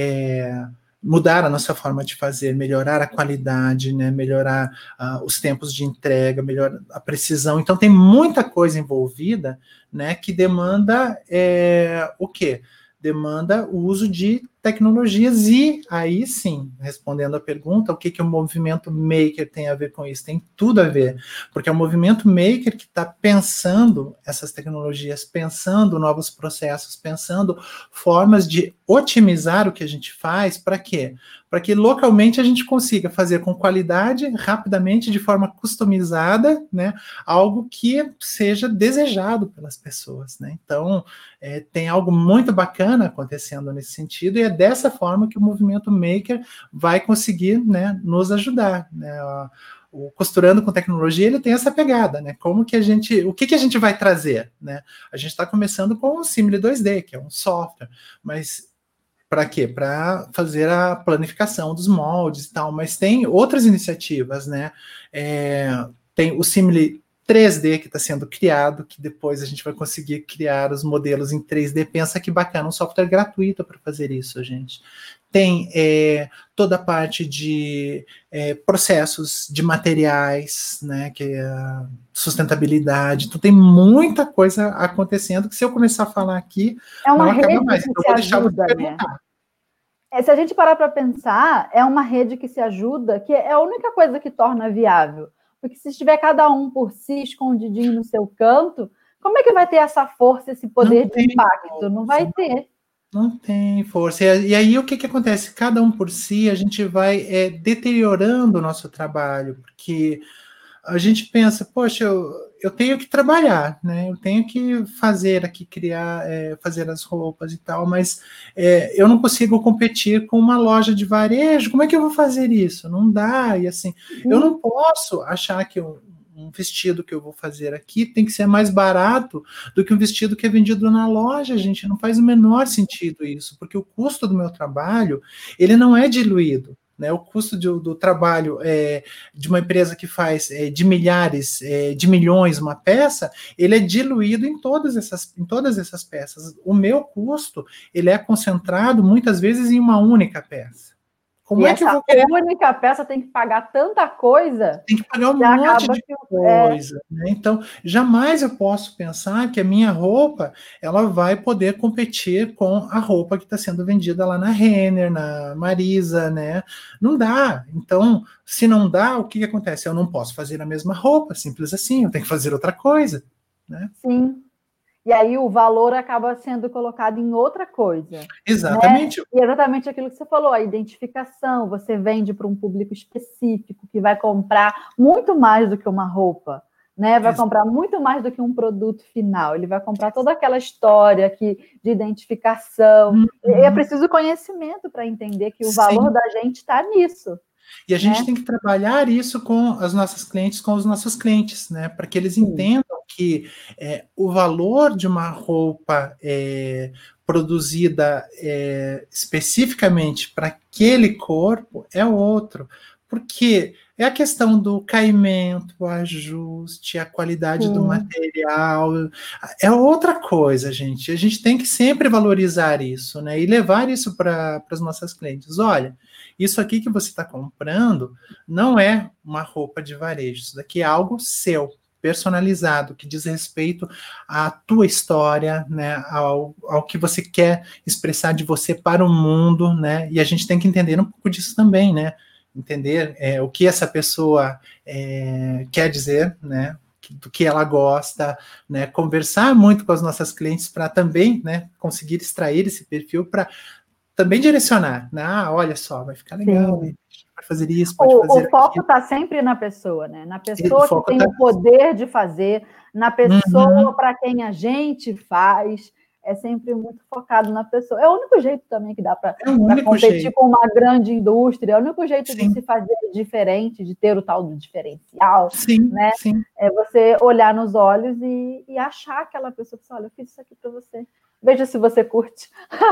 É, mudar a nossa forma de fazer, melhorar a qualidade, né, melhorar uh, os tempos de entrega, melhorar a precisão. Então, tem muita coisa envolvida, né, que demanda é, o quê? Demanda o uso de tecnologias e, aí sim, respondendo a pergunta, o que, que o movimento maker tem a ver com isso? Tem tudo a ver, porque é o movimento maker que está pensando essas tecnologias, pensando novos processos, pensando formas de otimizar o que a gente faz, para quê? Para que localmente a gente consiga fazer com qualidade, rapidamente, de forma customizada, né, algo que seja desejado pelas pessoas, né? Então, é, tem algo muito bacana acontecendo nesse sentido, e é dessa forma que o movimento maker vai conseguir, né, nos ajudar, né? O Costurando com Tecnologia, ele tem essa pegada, né? Como que a gente, o que que a gente vai trazer, né? A gente está começando com o Simile dois D, que é um software, mas para quê? Para fazer a planificação dos moldes e tal, mas tem outras iniciativas, né? É, tem o Simile três D que está sendo criado, que depois a gente vai conseguir criar os modelos em três D. Pensa que bacana, um software gratuito para fazer isso, gente. Tem é, toda a parte de é, processos de materiais, né, que é a sustentabilidade. Então tem muita coisa acontecendo que se eu começar a falar aqui, é uma não rede acaba mais. que Então se eu vou deixar ajuda, você né? perguntar. É, se a gente parar para pensar, é uma rede que se ajuda, que é a única coisa que torna viável. Porque se estiver cada um por si, escondidinho no seu canto, como é que vai ter essa força, esse poder de impacto? Não vai ter. Não tem força. E aí o que, que acontece? Cada um por si, a gente vai é, deteriorando o nosso trabalho, porque a gente pensa, poxa, eu, eu tenho que trabalhar, né? Eu tenho que fazer aqui, criar, é, fazer as roupas e tal, mas é, eu não consigo competir com uma loja de varejo. Como é que eu vou fazer isso? Não dá. E assim, hum. eu não posso achar que eu, um vestido que eu vou fazer aqui tem que ser mais barato do que um vestido que é vendido na loja, gente. Não faz o menor sentido isso, porque o custo do meu trabalho, ele não é diluído. Né, o custo de, do trabalho é, de uma empresa que faz é, de milhares, é, de milhões uma peça, ele é diluído em todas, essas, em todas essas peças. O meu custo, ele é concentrado muitas vezes em uma única peça. Como e é essa que eu vou querer... única peça tem que pagar tanta coisa. Tem que pagar um monte de que, coisa. É... Né? Então, jamais eu posso pensar que a minha roupa ela vai poder competir com a roupa que está sendo vendida lá na Renner, na Marisa, né? Não dá. Então, se não dá, o que, que acontece? Eu não posso fazer a mesma roupa, simples assim, eu tenho que fazer outra coisa. Né? Sim. E aí o valor acaba sendo colocado em outra coisa. Exatamente. Né? E exatamente aquilo que você falou, a identificação. Você vende para um público específico que vai comprar muito mais do que uma roupa, né? Vai Exato. comprar muito mais do que um produto final. Ele vai comprar toda aquela história que, de identificação. Uhum. E é preciso conhecimento para entender que o Sim. valor da gente está nisso. E a gente né? tem que trabalhar isso com as nossas clientes, com os nossos clientes, né? Para que eles Sim. entendam que é, o valor de uma roupa é, produzida é, especificamente para aquele corpo é outro. Porque é a questão do caimento, o ajuste, a qualidade Sim. do material. É outra coisa, gente. A gente tem que sempre valorizar isso, né? E levar isso para as nossas clientes. Olha, isso aqui que você está comprando não é uma roupa de varejo. Isso daqui é algo seu, personalizado, que diz respeito à tua história, né? Ao, ao que você quer expressar de você para o mundo, né? E a gente tem que entender um pouco disso também, né? Entender é, o que essa pessoa é, quer dizer, né, do que ela gosta, né, conversar muito com as nossas clientes para também, né, conseguir extrair esse perfil para também direcionar, né, ah, olha só, vai ficar legal, né, pode fazer isso, pode o, fazer o foco está sempre na pessoa, né, na pessoa o que tem tá... o poder de fazer, na pessoa uhum. para quem a gente faz. É sempre muito focado na pessoa. É o único jeito também que dá para é competir jeito. com uma grande indústria, é o único jeito sim. de se fazer diferente, de ter o tal do diferencial. Sim, né? sim. É você olhar nos olhos e, e achar aquela pessoa que olha, eu fiz isso aqui para você. Veja se você curte.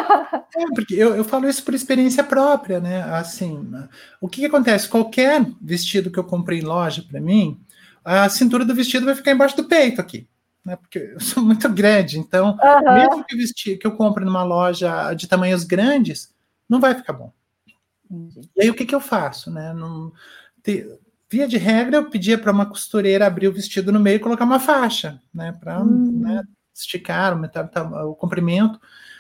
É, porque eu, eu falo isso por experiência própria, né? Assim, o que, que acontece? Qualquer vestido que eu comprei em loja para mim, a cintura do vestido vai ficar embaixo do peito aqui. Né, porque eu sou muito grande, então uhum. mesmo que, vestir, que eu compre numa loja de tamanhos grandes, não vai ficar bom. Uhum. E aí o que, que eu faço? Né? Não, te, via de regra, eu pedia para uma costureira abrir o vestido no meio e colocar uma faixa, né, para uhum. né, esticar, aumentar o comprimento.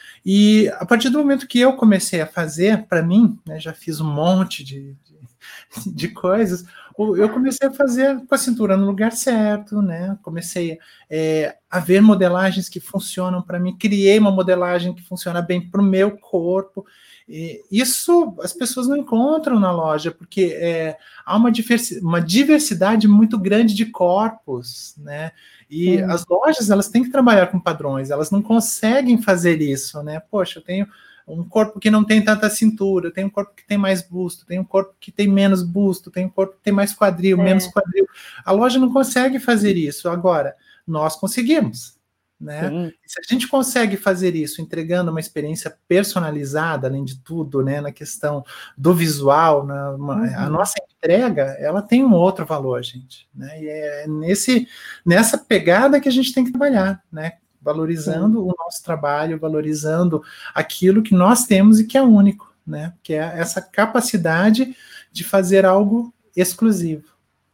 E a partir do momento que eu comecei a fazer, para mim, né, já fiz um monte de, de, de coisas, eu comecei a fazer com a cintura no lugar certo, né? Comecei é, a ver modelagens que funcionam para mim, criei uma modelagem que funciona bem para o meu corpo. E isso as pessoas não encontram na loja, porque é, há uma, diversi- uma diversidade muito grande de corpos, né? E Sim. as lojas, elas têm que trabalhar com padrões, elas não conseguem fazer isso, né? Poxa, eu tenho um corpo que não tem tanta cintura, tem um corpo que tem mais busto, tem um corpo que tem menos busto, tem um corpo que tem mais quadril, é. menos quadril. A loja não consegue fazer isso. Agora, nós conseguimos, né? Se a gente consegue fazer isso entregando uma experiência personalizada, além de tudo, né, na questão do visual, na, uma, uhum. a nossa entrega, ela tem um outro valor, gente, né? E é nesse, nessa pegada que a gente tem que trabalhar, né? Valorizando Sim. o nosso trabalho, valorizando aquilo que nós temos e que é único, né? Que é essa capacidade de fazer algo exclusivo.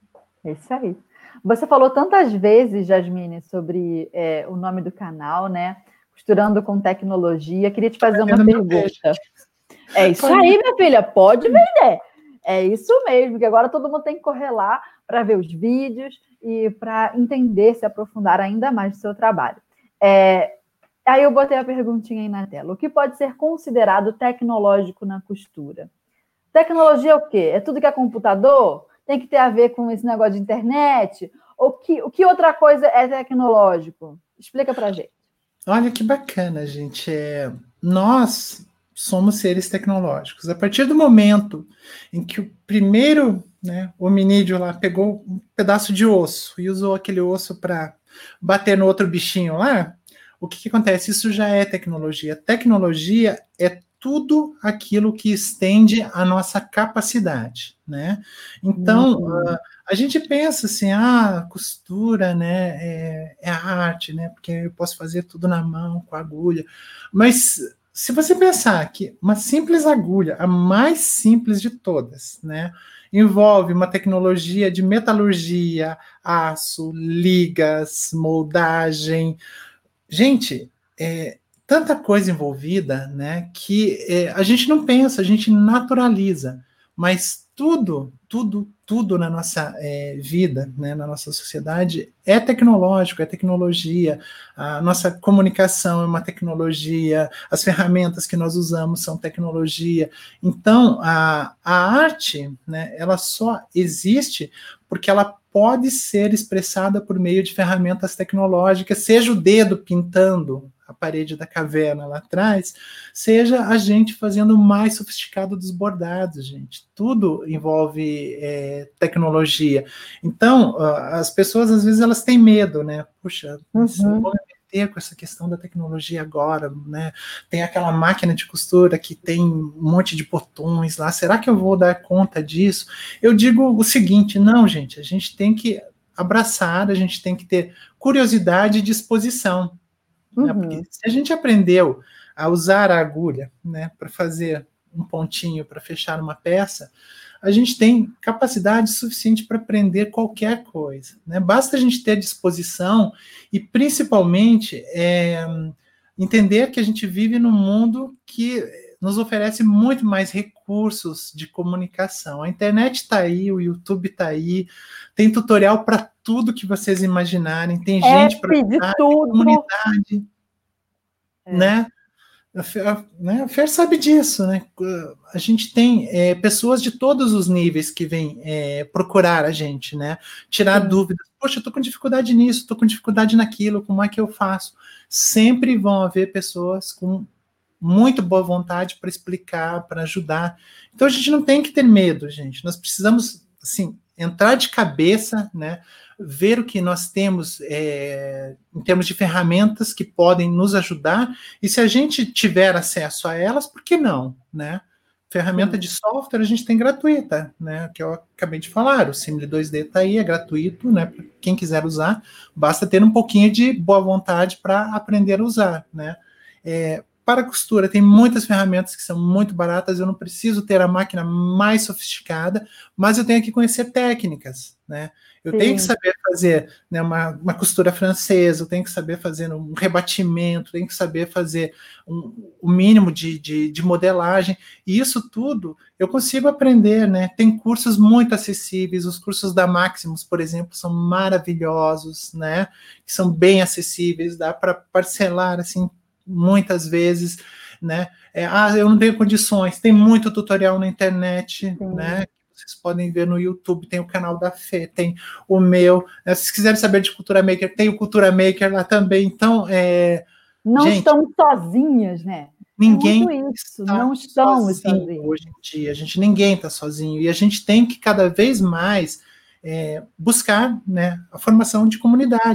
É isso aí. Você falou tantas vezes, Jasmine, sobre é, o nome do canal, né? Costurando com tecnologia. Queria te fazer uma pergunta. É isso aí, minha filha, pode vender. É isso mesmo, que agora todo mundo tem que correr lá para ver os vídeos e para entender, se aprofundar ainda mais no seu trabalho. É, aí eu botei a perguntinha aí na tela. O que pode ser considerado tecnológico na costura? Tecnologia é o quê? É tudo que é computador? Tem que ter a ver com esse negócio de internet? O que, o que outra coisa é tecnológico? Explica pra gente. Olha que bacana, gente. É, nós somos seres tecnológicos. A partir do momento em que o primeiro, né, hominídeo lá pegou um pedaço de osso e usou aquele osso para bater no outro bichinho lá, o que, que acontece? Isso já é tecnologia. Tecnologia é tudo aquilo que estende a nossa capacidade, né? Então, uhum. uh, a gente pensa assim, ah, costura, né, é, é arte, né, porque eu posso fazer tudo na mão, com agulha, mas se você pensar que uma simples agulha, a mais simples de todas, né, envolve uma tecnologia de metalurgia, aço, ligas, moldagem, gente, é, tanta coisa envolvida, né, que é, a gente não pensa, a gente naturaliza, mas tudo, tudo, tudo na nossa é, vida, né, na nossa sociedade é tecnológico, é tecnologia, a nossa comunicação é uma tecnologia, as ferramentas que nós usamos são tecnologia. Então, a, a arte, né, ela só existe porque ela pode ser expressada por meio de ferramentas tecnológicas, seja o dedo pintando a parede da caverna lá atrás, seja a gente fazendo o mais sofisticado dos bordados, gente. Tudo envolve é, tecnologia. Então, uh, as pessoas, às vezes, elas têm medo, né? Puxa, uhum. eu vou me meter com essa questão da tecnologia agora, né? Tem aquela máquina de costura que tem um monte de botões lá, será que eu vou dar conta disso? Eu digo o seguinte, não, gente, a gente tem que abraçar, a gente tem que ter curiosidade e disposição. Uhum. Né? Porque se a gente aprendeu a usar a agulha, né, para fazer um pontinho, para fechar uma peça, a gente tem capacidade suficiente para aprender qualquer coisa. Né? Basta a gente ter disposição e, principalmente, é, entender que a gente vive num mundo que nos oferece muito mais recursos de comunicação. A internet está aí, o YouTube está aí, tem tutorial para tudo que vocês imaginarem, tem gente para ajudar, tem comunidade, é. né? A Fer, a, né? a Fer sabe disso, né? A gente tem é, pessoas de todos os níveis que vêm é, procurar a gente, né? Tirar Sim. dúvidas. Poxa, eu tô com dificuldade nisso, tô com dificuldade naquilo, como é que eu faço? Sempre vão haver pessoas com muito boa vontade para explicar, para ajudar. Então a gente não tem que ter medo, gente. Nós precisamos, assim, entrar de cabeça, né? Ver o que nós temos é, em termos de ferramentas que podem nos ajudar, e se a gente tiver acesso a elas, por que não, né? Ferramenta Sim. de software a gente tem gratuita, né? Que eu acabei de falar, o Simile dois D está aí, é gratuito, né? Para quem quiser usar, basta ter um pouquinho de boa vontade para aprender a usar, né? É, para costura, tem muitas ferramentas que são muito baratas, eu não preciso ter a máquina mais sofisticada, mas eu tenho que conhecer técnicas, né? Eu Sim. tenho que saber fazer, né, uma, uma costura francesa, eu tenho que saber fazer um rebatimento, tenho que saber fazer um, o mínimo de, de, de modelagem, e isso tudo eu consigo aprender, né? Tem cursos muito acessíveis, os cursos da Maximus, por exemplo, são maravilhosos, né? Que são bem acessíveis, dá para parcelar, assim, muitas vezes, né? É, ah, eu não tenho condições, tem muito tutorial na internet, Sim. né? Vocês podem ver no YouTube, tem o canal da Fê, tem o meu. Né? Se vocês quiserem saber de Cultura Maker, tem o Cultura Maker lá também. Então, é, não gente, estão sozinhas, né? Ninguém é isso, está não estamos sozinho sozinhos. Hoje em dia. A gente, ninguém está sozinho. E a gente tem que cada vez mais é, buscar, né, a formação de comunidades.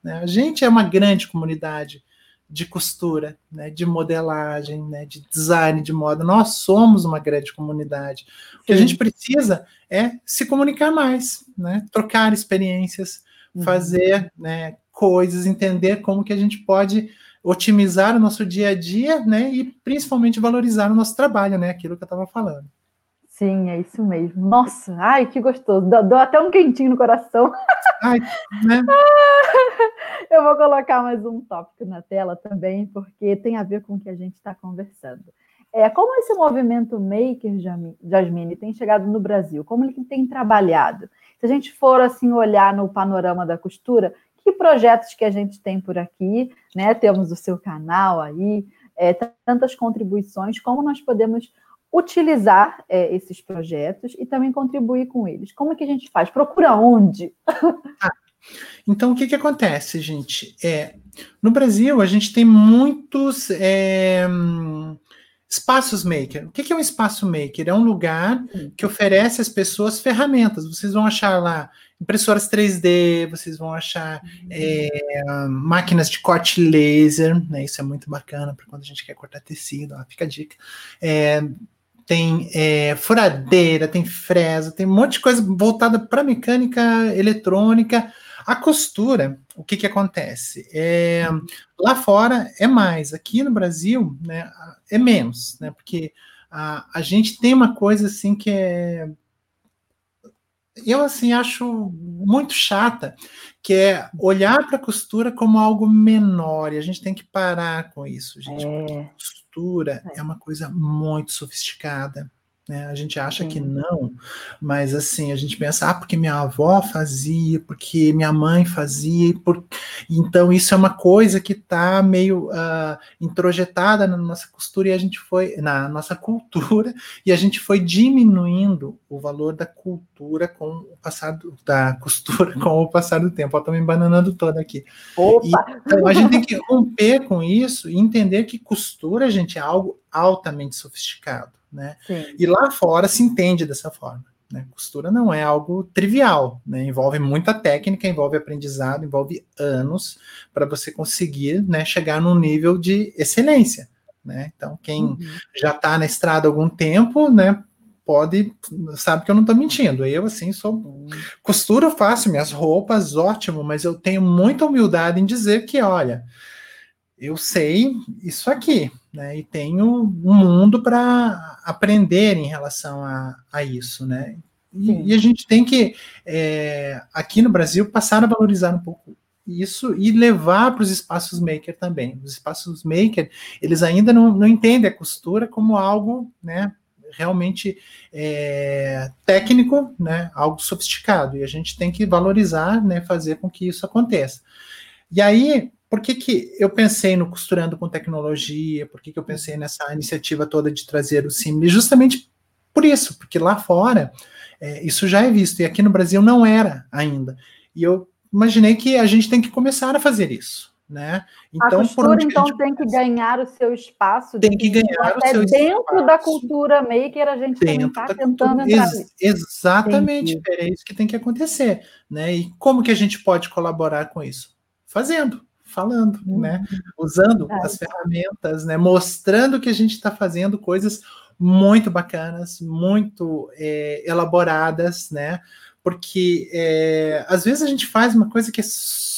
né? A gente é uma grande comunidade de costura, né, de modelagem, né, de design de moda. Nós somos uma grande comunidade. O que Sim. a gente precisa é se comunicar mais, né, trocar experiências, uhum. fazer, né, coisas, entender como que a gente pode otimizar o nosso dia a dia, né, e principalmente valorizar o nosso trabalho, né, aquilo que eu estava falando. Sim, é isso mesmo. Nossa, ai, que gostoso. Deu, deu até um quentinho no coração. Ai, né? Eu vou colocar mais um tópico na tela também, porque tem a ver com o que a gente está conversando. É, como esse movimento maker, Jasmine, tem chegado no Brasil? Como ele tem trabalhado? Se a gente for assim olhar no panorama da costura, que projetos que a gente tem por aqui, né? Temos o seu canal aí, é, tantas contribuições, como nós podemos utilizar é, esses projetos e também contribuir com eles. Como é que a gente faz? Procura onde? Ah, então, o que, que acontece, gente? É, no Brasil, a gente tem muitos é, espaços maker. O que, que é um espaço maker? É um lugar que oferece às pessoas ferramentas. Vocês vão achar lá impressoras três D, vocês vão achar é, máquinas de corte laser, né? Isso é muito bacana para quando a gente quer cortar tecido, ó, fica a dica. É, tem é, furadeira, tem fresa, tem um monte de coisa voltada para mecânica eletrônica. A costura, o que que acontece? É, lá fora é mais, aqui no Brasil, né, é menos, né, porque a, a gente tem uma coisa assim que é, eu assim acho muito chata, que é olhar para a costura como algo menor, e a gente tem que parar com isso, gente, é. porque costura é. é uma coisa muito sofisticada, né? A gente acha Sim. que não, mas assim, a gente pensa, ah, porque minha avó fazia, porque minha mãe fazia, por... então isso é uma coisa que está meio uh, introjetada na nossa costura, e a gente foi, na nossa cultura, e a gente foi diminuindo o valor da cultura com o passar do, da costura com o passar do tempo. Eu estou me embananando toda aqui. Opa. E, então, a gente tem que romper com isso e entender que costura, gente, é algo altamente sofisticado. Né? E lá fora se entende dessa forma, né? Costura não é algo trivial, né? Envolve muita técnica, envolve aprendizado, envolve anos para você conseguir, né, chegar num nível de excelência, né? Então quem uhum. já está na estrada há algum tempo, né, pode, sabe que eu não estou mentindo, eu assim sou, uhum. costura eu faço minhas roupas, ótimo, mas eu tenho muita humildade em dizer que, olha, eu sei isso aqui, né, e tenho um mundo para aprender em relação a, a isso, né, e, e a gente tem que, é, aqui no Brasil, passar a valorizar um pouco isso e levar para os espaços maker também. Os espaços maker, eles ainda não, não entendem a costura como algo, né, realmente é, técnico, né, algo sofisticado, e a gente tem que valorizar, né, fazer com que isso aconteça. E aí, por que que eu pensei no Costurando com Tecnologia? Por que que eu pensei nessa iniciativa toda de trazer o Simile? Justamente por isso, porque lá fora é, isso já é visto, e aqui no Brasil não era ainda. E eu imaginei que a gente tem que começar a fazer isso, né? Então, a costura, por então, tem que ganhar o seu espaço. Tem que ganhar o seu espaço. Dentro espaço. da cultura maker, a gente também está tentando cultura, entrar. Ex exatamente, é isso que tem que acontecer, né? E como que a gente pode colaborar com isso? Fazendo. Falando, uhum. né? Usando é. as ferramentas, né? Mostrando que a gente está fazendo coisas muito bacanas, muito é, elaboradas, né? Porque é, às vezes a gente faz uma coisa que é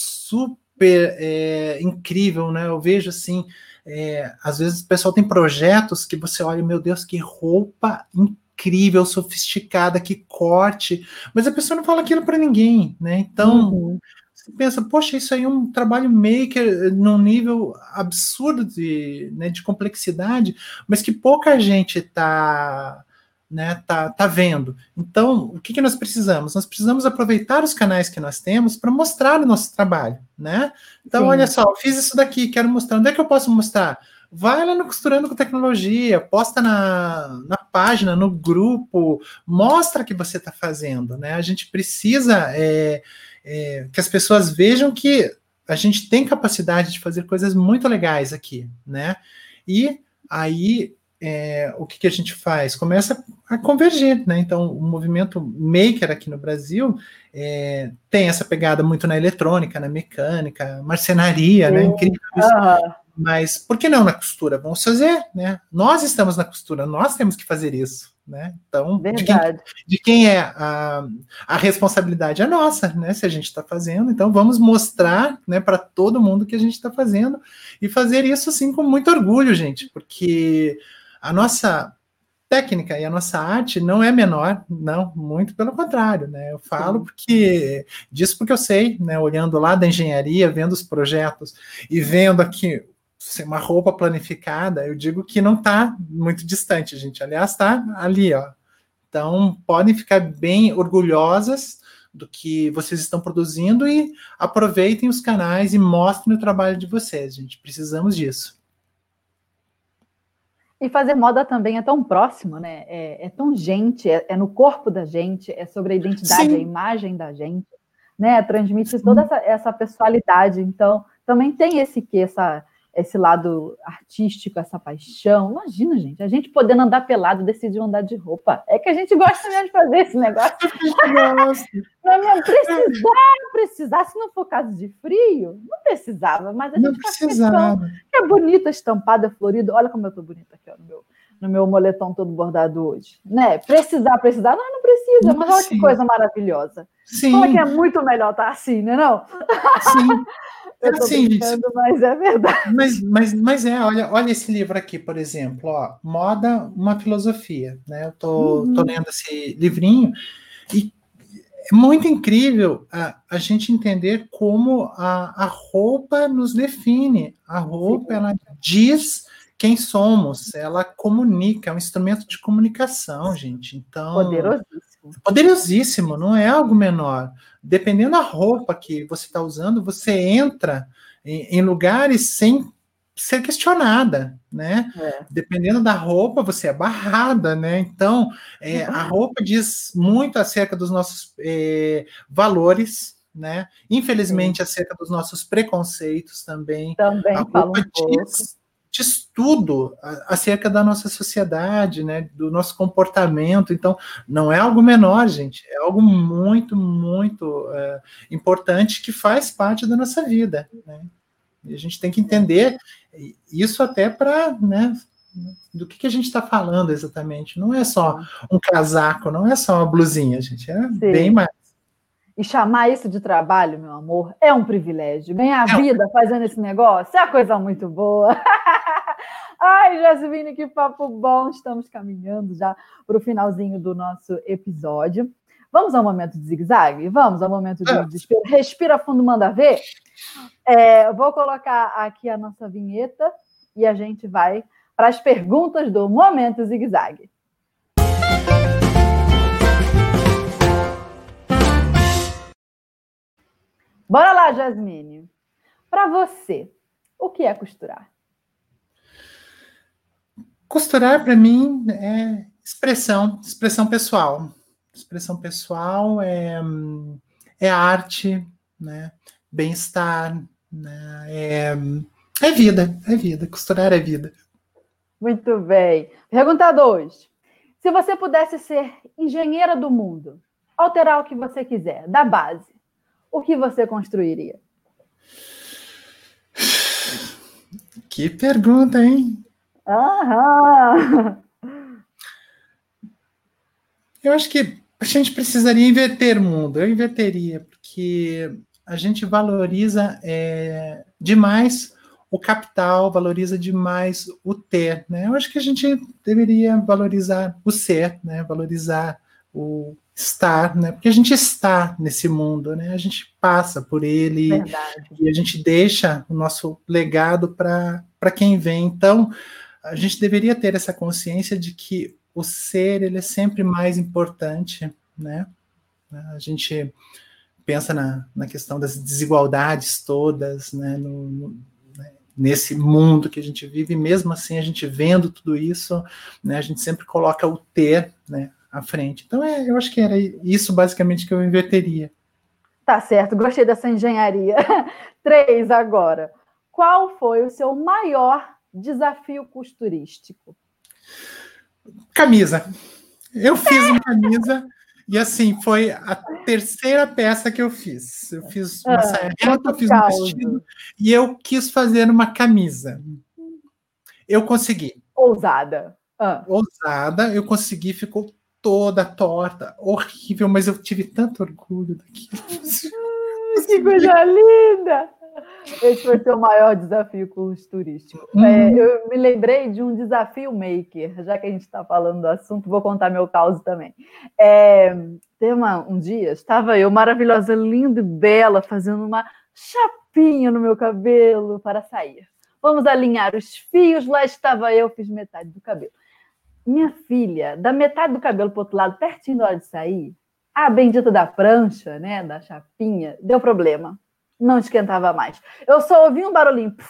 super é, incrível, né? Eu vejo assim, é, às vezes o pessoal tem projetos que você olha, meu Deus, que roupa incrível, sofisticada, que corte, mas a pessoa não fala aquilo para ninguém, né? Então uhum. você pensa, poxa, isso aí é um trabalho maker num nível absurdo de, né, de complexidade, mas que pouca gente está, né, tá, tá vendo. Então, o que, que nós precisamos? Nós precisamos aproveitar os canais que nós temos para mostrar o nosso trabalho, né? Então, Sim. olha só, eu fiz isso daqui, quero mostrar. Onde é que eu posso mostrar? Vai lá no Costurando com Tecnologia, posta na, na página, no grupo, mostra o que você está fazendo, né? A gente precisa... É, É, que as pessoas vejam que a gente tem capacidade de fazer coisas muito legais aqui, né? E aí é, o que, que a gente faz? Começa a convergir, né? Então, o movimento maker aqui no Brasil é, tem essa pegada muito na eletrônica, na mecânica, marcenaria, né? Incrível isso. Uhum. Mas por que não na costura? Vamos fazer, né? Nós estamos na costura, nós temos que fazer isso, né? Então, de quem, de quem é a, a responsabilidade é nossa, né? Se a gente está fazendo, então vamos mostrar, né, para todo mundo que a gente está fazendo e fazer isso assim com muito orgulho, gente, porque a nossa técnica e a nossa arte não é menor, não, muito pelo contrário, né? Eu falo porque disso porque eu sei, né? Olhando lá da engenharia, vendo os projetos e vendo aqui uma roupa planificada, eu digo que não está muito distante, gente. Aliás, está ali, ó. Então, podem ficar bem orgulhosas do que vocês estão produzindo e aproveitem os canais e mostrem o trabalho de vocês, gente. Precisamos disso. E fazer moda também é tão próximo, né? É, é tão gente, é, é no corpo da gente, é sobre a identidade, Sim. a imagem da gente, né? Transmite Sim. toda essa, essa pessoalidade. Então, também tem esse quê, essa... esse lado artístico, essa paixão. Imagina, gente, a gente podendo andar pelado, decidir andar de roupa. É que a gente gosta mesmo de fazer esse negócio. Não precisar, precisar, se não for caso de frio, não precisava, mas a gente não precisava. Que é bonita, estampada, florida. Olha como eu tô bonita aqui, ó, no meu, no meu moletom todo bordado hoje. Né? Precisar, precisar, não, não precisa, não mas olha que coisa maravilhosa. Sim. Como é que é muito melhor estar assim, né, não? Sim. Eu tô assim, brincando, mas é verdade. Mas, mas, mas é, olha, olha esse livro aqui, por exemplo, ó, Moda, uma Filosofia, né? Eu tô, uhum. tô lendo esse livrinho e é muito incrível a, a gente entender como a, a roupa nos define. A roupa, Sim. ela diz quem somos, ela comunica, é um instrumento de comunicação, gente. Então, poderosíssimo. Poderosíssimo, não é algo menor. Dependendo da roupa que você está usando, você entra em, em lugares sem ser questionada, né? É. Dependendo da roupa, você é barrada, né? Então, é, a roupa diz muito acerca dos nossos é, valores, né? Infelizmente, Sim. acerca dos nossos preconceitos também. Também a roupa um diz, diz tudo acerca da nossa sociedade, né? Do nosso comportamento. Então, não é algo menor, gente. É algo muito, muito é, importante que faz parte da nossa vida, né? E a gente tem que entender isso até para, né, do que, que a gente está falando exatamente. Não é só um casaco, não é só uma blusinha, gente, é Sim. bem mais. E chamar isso de trabalho, meu amor, é um privilégio. Ganhar é. vida fazendo esse negócio é uma coisa muito boa. Ai, Jasmine, que papo bom. Estamos caminhando já para o finalzinho do nosso episódio. Vamos ao momento de zigue-zague? Vamos ao momento de é. desespero. Respira fundo, manda ver. É, vou colocar aqui a nossa vinheta e a gente vai para as perguntas do Momento Zigue-Zague. Bora lá, Jasmine. Para você, o que é costurar? Costurar, para mim, é expressão, expressão pessoal. Expressão pessoal é, é arte, né? Bem-estar, né? é, é vida, é vida. Costurar é vida. Muito bem. Pergunta dois. Se você pudesse ser engenheira do mundo, alterar o que você quiser, da base, o que você construiria? Que pergunta, hein? Aham. Eu acho que a gente precisaria inverter o mundo. Eu inverteria, porque a gente valoriza é, demais o capital, valoriza demais o ter, né? Eu acho que a gente deveria valorizar o ser, né? Valorizar o estar, né? Porque a gente está nesse mundo, né? A gente passa por ele Verdade. E a gente deixa o nosso legado para para quem vem. Então, a gente deveria ter essa consciência de que o ser, ele é sempre mais importante, né? A gente pensa na, na questão das desigualdades todas, né? No, no, nesse mundo que a gente vive, e mesmo assim a gente vendo tudo isso, né? A gente sempre coloca o ter, né, à frente. Então, é, eu acho que era isso basicamente que eu inverteria. Tá certo, gostei dessa engenharia. Três agora. Qual foi o seu maior desafio costurístico? Camisa. Eu fiz uma camisa e, assim, foi a terceira peça que eu fiz. Eu fiz uma ah, saia reta, eu fiz um vestido e eu quis fazer uma camisa. Eu consegui. Ousada. Ah. Ousada, eu consegui, ficou toda torta, horrível, mas eu tive tanto orgulho daquilo. Que coisa linda! Esse foi seu maior desafio turístico. Uhum. É, eu me lembrei de um desafio maker, já que a gente está falando do assunto, vou contar meu caso também. É, tem uma, um dia, estava eu maravilhosa, linda e bela, fazendo uma chapinha no meu cabelo para sair. Vamos alinhar os fios, lá estava eu, fiz metade do cabelo. Minha filha, da metade do cabelo para o outro lado, pertinho da hora de sair, a bendita da prancha, né, da chapinha, deu problema. Não esquentava mais. Eu só ouvi um barulhinho. Puf,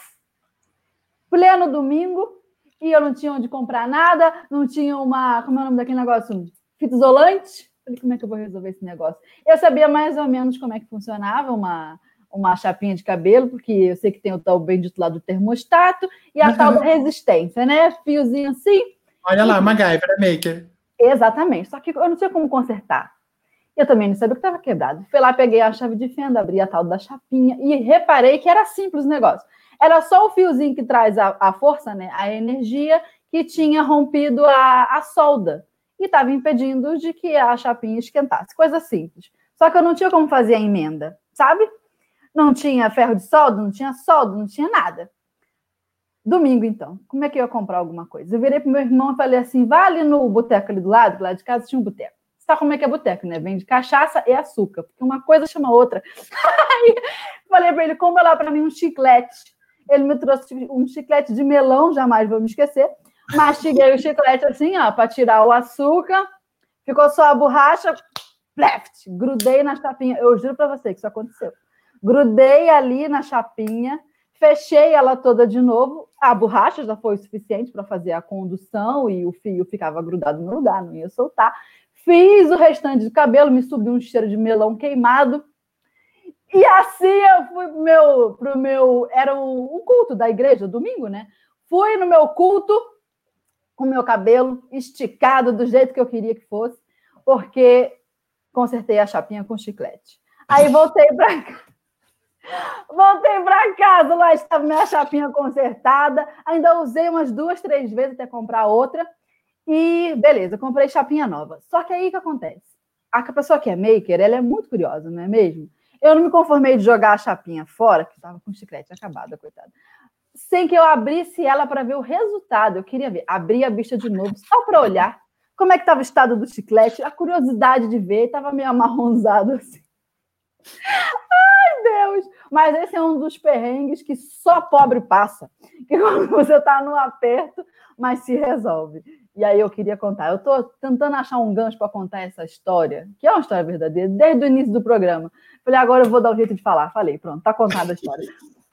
pleno domingo, e eu não tinha onde comprar nada, não tinha uma... Como é o nome daquele negócio? Fita isolante. Falei, como é que eu vou resolver esse negócio? Eu sabia mais ou menos como é que funcionava uma, uma chapinha de cabelo, porque eu sei que tem o tal bendito lá do termostato e a uhum. tal da resistência, né? Fiozinho assim. Olha lá, MacGyver, maker. Exatamente. Só que eu não tinha como consertar. Eu também não sabia o que estava quebrado. Fui lá, peguei a chave de fenda, abri a tal da chapinha e reparei que era simples o negócio. Era só o fiozinho que traz a, a força, né, a energia, que tinha rompido a, a solda e estava impedindo de que a chapinha esquentasse. Coisa simples. Só que eu não tinha como fazer a emenda, sabe? Não tinha ferro de solda, não tinha solda, não tinha nada. Domingo, então, como é que eu ia comprar alguma coisa? Eu virei para o meu irmão e falei assim, vai ali no boteco ali do lado, lá de casa tinha um boteco. Sabe como é que é boteco, né? Vende cachaça e açúcar, porque uma coisa chama outra. Aí, falei para ele, compra lá para mim um chiclete. Ele me trouxe um chiclete de melão, jamais vou me esquecer. Mastiguei o chiclete assim, ó, para tirar o açúcar. Ficou só a borracha, left, grudei na chapinha. Eu juro para você que isso aconteceu. Grudei ali na chapinha, fechei ela toda de novo. A borracha já foi o suficiente para fazer a condução e o fio ficava grudado no lugar, não ia soltar. Fiz o restante do cabelo, me subiu um cheiro de melão queimado. E assim eu fui pro meu... Pro meu era um culto da igreja, domingo, né? Fui no meu culto com o meu cabelo esticado do jeito que eu queria que fosse, porque consertei a chapinha com chiclete. Aí voltei para casa. Voltei para casa, lá estava minha chapinha consertada. Ainda usei umas duas, três vezes até comprar outra. E, beleza, comprei chapinha nova. Só que aí o que acontece? A pessoa que é maker, ela é muito curiosa, não é mesmo? Eu não me conformei de jogar a chapinha fora, que estava com chiclete acabada, coitada, sem que eu abrisse ela para ver o resultado. Eu queria ver. Abri a bicha de novo, só para olhar como é que estava o estado do chiclete, a curiosidade de ver, estava meio amarronzado assim. Ai, Deus! Mas esse é um dos perrengues que só pobre passa. Que quando você está no aperto, mas se resolve. E aí eu queria contar. Eu estou tentando achar um gancho para contar essa história, que é uma história verdadeira, desde o início do programa. Falei, agora eu vou dar um jeito de falar. Falei, pronto, está contada a história.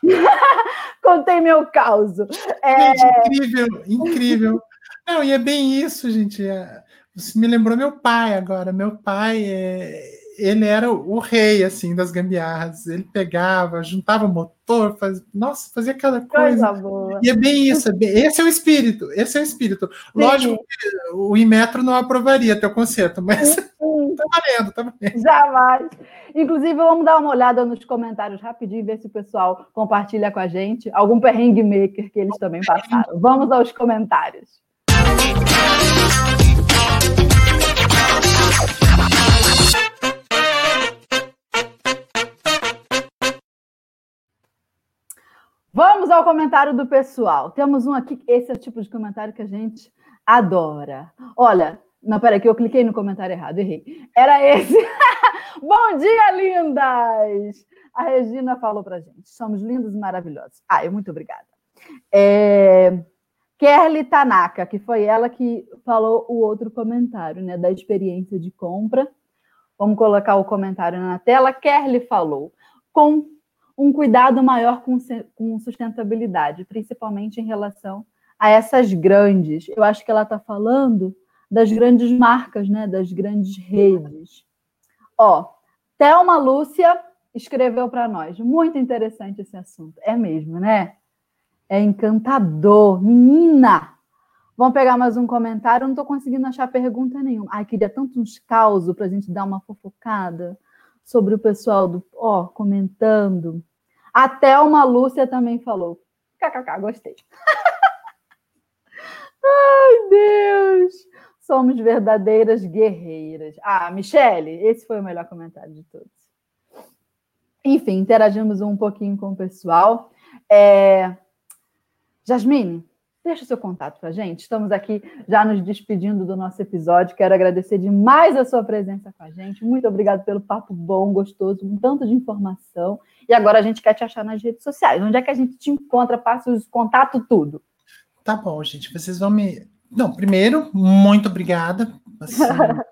Contei meu caos. É... Incrível, incrível. Não, e é bem isso, gente. Você me lembrou meu pai agora. Meu pai, é... ele era o rei, assim, das gambiarras. Ele pegava, juntava o motor, faz... nossa, fazia cada coisa. Coisa boa. E é bem isso. É bem... Esse é o espírito. Esse é o espírito. Sim. Lógico que o Inmetro não aprovaria teu concerto, mas tá valendo, tá valendo. Jamais. Inclusive, vamos dar uma olhada nos comentários rapidinho, ver se o pessoal compartilha com a gente algum perrengue maker que eles também passaram. Vamos aos comentários. Vamos ao comentário do pessoal. Temos um aqui, esse é o tipo de comentário que a gente adora. Olha, não, peraí, que eu cliquei no comentário errado, errei. Era esse. Bom dia, lindas! A Regina falou pra gente, somos lindos e maravilhosos. Ah, eu muito obrigada. É... Kerly Tanaka, que foi ela que falou o outro comentário, né, da experiência de compra. Vamos colocar o comentário na tela. Kerly falou, com um cuidado maior com sustentabilidade, principalmente em relação a essas grandes. Eu acho que ela está falando das grandes marcas, né? Das grandes redes. Ó, Thelma Lúcia escreveu para nós. Muito interessante esse assunto. É mesmo, né? É encantador. Menina! Vamos pegar mais um comentário. Eu não estou conseguindo achar pergunta nenhuma. Ai, queria tanto uns causos para a gente dar uma fofocada sobre o pessoal do ó, comentando. Até uma Lúcia também falou. Kkk, gostei. Ai, Deus! Somos verdadeiras guerreiras. Ah, Michele, esse foi o melhor comentário de todos. Enfim, interagimos um pouquinho com o pessoal. É... Jasmine, deixa o seu contato para a gente. Estamos aqui já nos despedindo do nosso episódio. Quero agradecer demais a sua presença com a gente. Muito obrigada pelo papo bom, gostoso, um tanto de informação. E agora a gente quer te achar nas redes sociais. Onde é que a gente te encontra? Passa os contatos, tudo. Tá bom, gente. Vocês vão me... Não, primeiro, muito obrigada. Assim,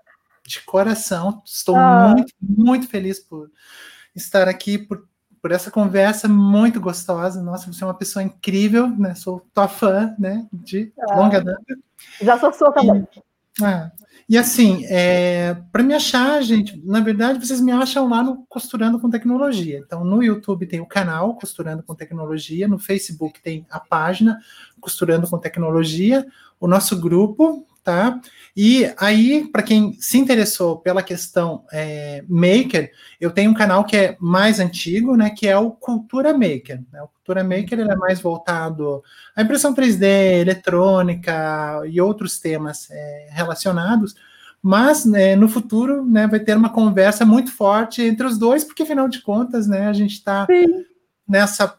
de coração. Estou ah. muito, muito feliz por estar aqui, por, por essa conversa muito gostosa. Nossa, você é uma pessoa incrível, né? Sou tua fã, né? De ah. longa data. Já sou sua também. E, ah, e assim, é, para me achar, gente, na verdade, vocês me acham lá no Costurando com Tecnologia. Então, no YouTube tem o canal Costurando com Tecnologia, no Facebook tem a página Costurando com Tecnologia, o nosso grupo, tá? E aí, para quem se interessou pela questão é, Maker, eu tenho um canal que é mais antigo, né, que é o Cultura Maker. Né? O Cultura Maker ele é mais voltado à impressão três D, eletrônica e outros temas é, relacionados, mas né, no futuro né, vai ter uma conversa muito forte entre os dois, porque afinal de contas né, a gente está nessa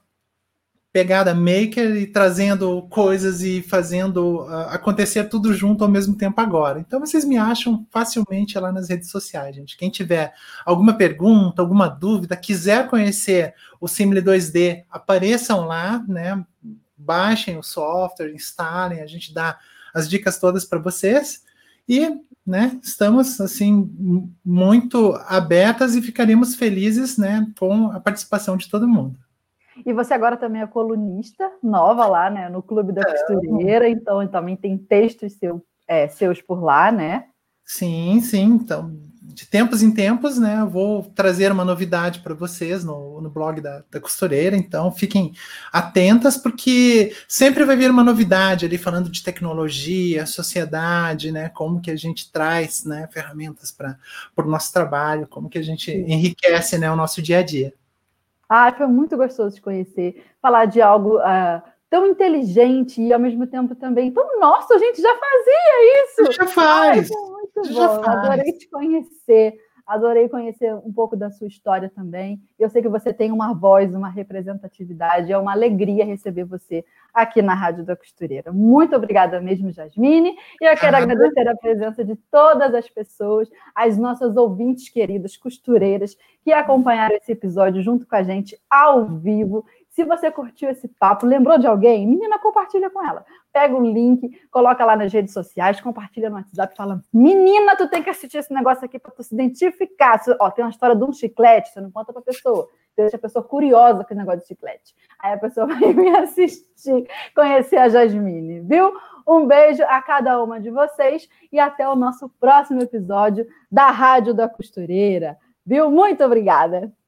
pegada maker e trazendo coisas e fazendo uh, acontecer tudo junto ao mesmo tempo agora. Então vocês me acham facilmente lá nas redes sociais, gente. Quem tiver alguma pergunta, alguma dúvida, quiser conhecer o Simile dois D, apareçam lá, né? Baixem o software, instalem, a gente dá as dicas todas para vocês e né, estamos assim muito abertas e ficaremos felizes né, com a participação de todo mundo. E você agora também é colunista nova lá, né, no Clube da Costureira, então também tem textos seu, é, seus por lá, né? Sim, sim. Então, de tempos em tempos, né, eu vou trazer uma novidade para vocês no, no blog da, da Costureira, então fiquem atentas, porque sempre vai vir uma novidade ali falando de tecnologia, sociedade, né, como que a gente traz né, ferramentas para o nosso trabalho, como que a gente enriquece né, o nosso dia a dia. Ah, foi muito gostoso te conhecer, falar de algo uh, tão inteligente e ao mesmo tempo também tão nossa, a gente já fazia isso! Você já faz! Ai, foi muito Você bom, já faz. Adorei te conhecer, adorei conhecer um pouco da sua história também. Eu sei que você tem uma voz, uma representatividade, é uma alegria receber você aqui na Rádio da Costureira. Muito obrigada mesmo, Jasmine, e eu quero ah, agradecer a presença de todas as pessoas, as nossas ouvintes queridas, costureiras, que acompanharam esse episódio junto com a gente ao vivo. Se você curtiu esse papo, lembrou de alguém? Menina, compartilha com ela. Pega o link, coloca lá nas redes sociais, compartilha no WhatsApp, falando, menina, tu tem que assistir esse negócio aqui para tu se identificar. Ó, tem uma história de um chiclete, você não conta para a pessoa. Deixa a pessoa curiosa com o negócio de chiclete. Aí a pessoa vai me assistir, conhecer a Jasmine, viu? Um beijo a cada uma de vocês e até o nosso próximo episódio da Rádio da Costureira. Viu? Muito obrigada!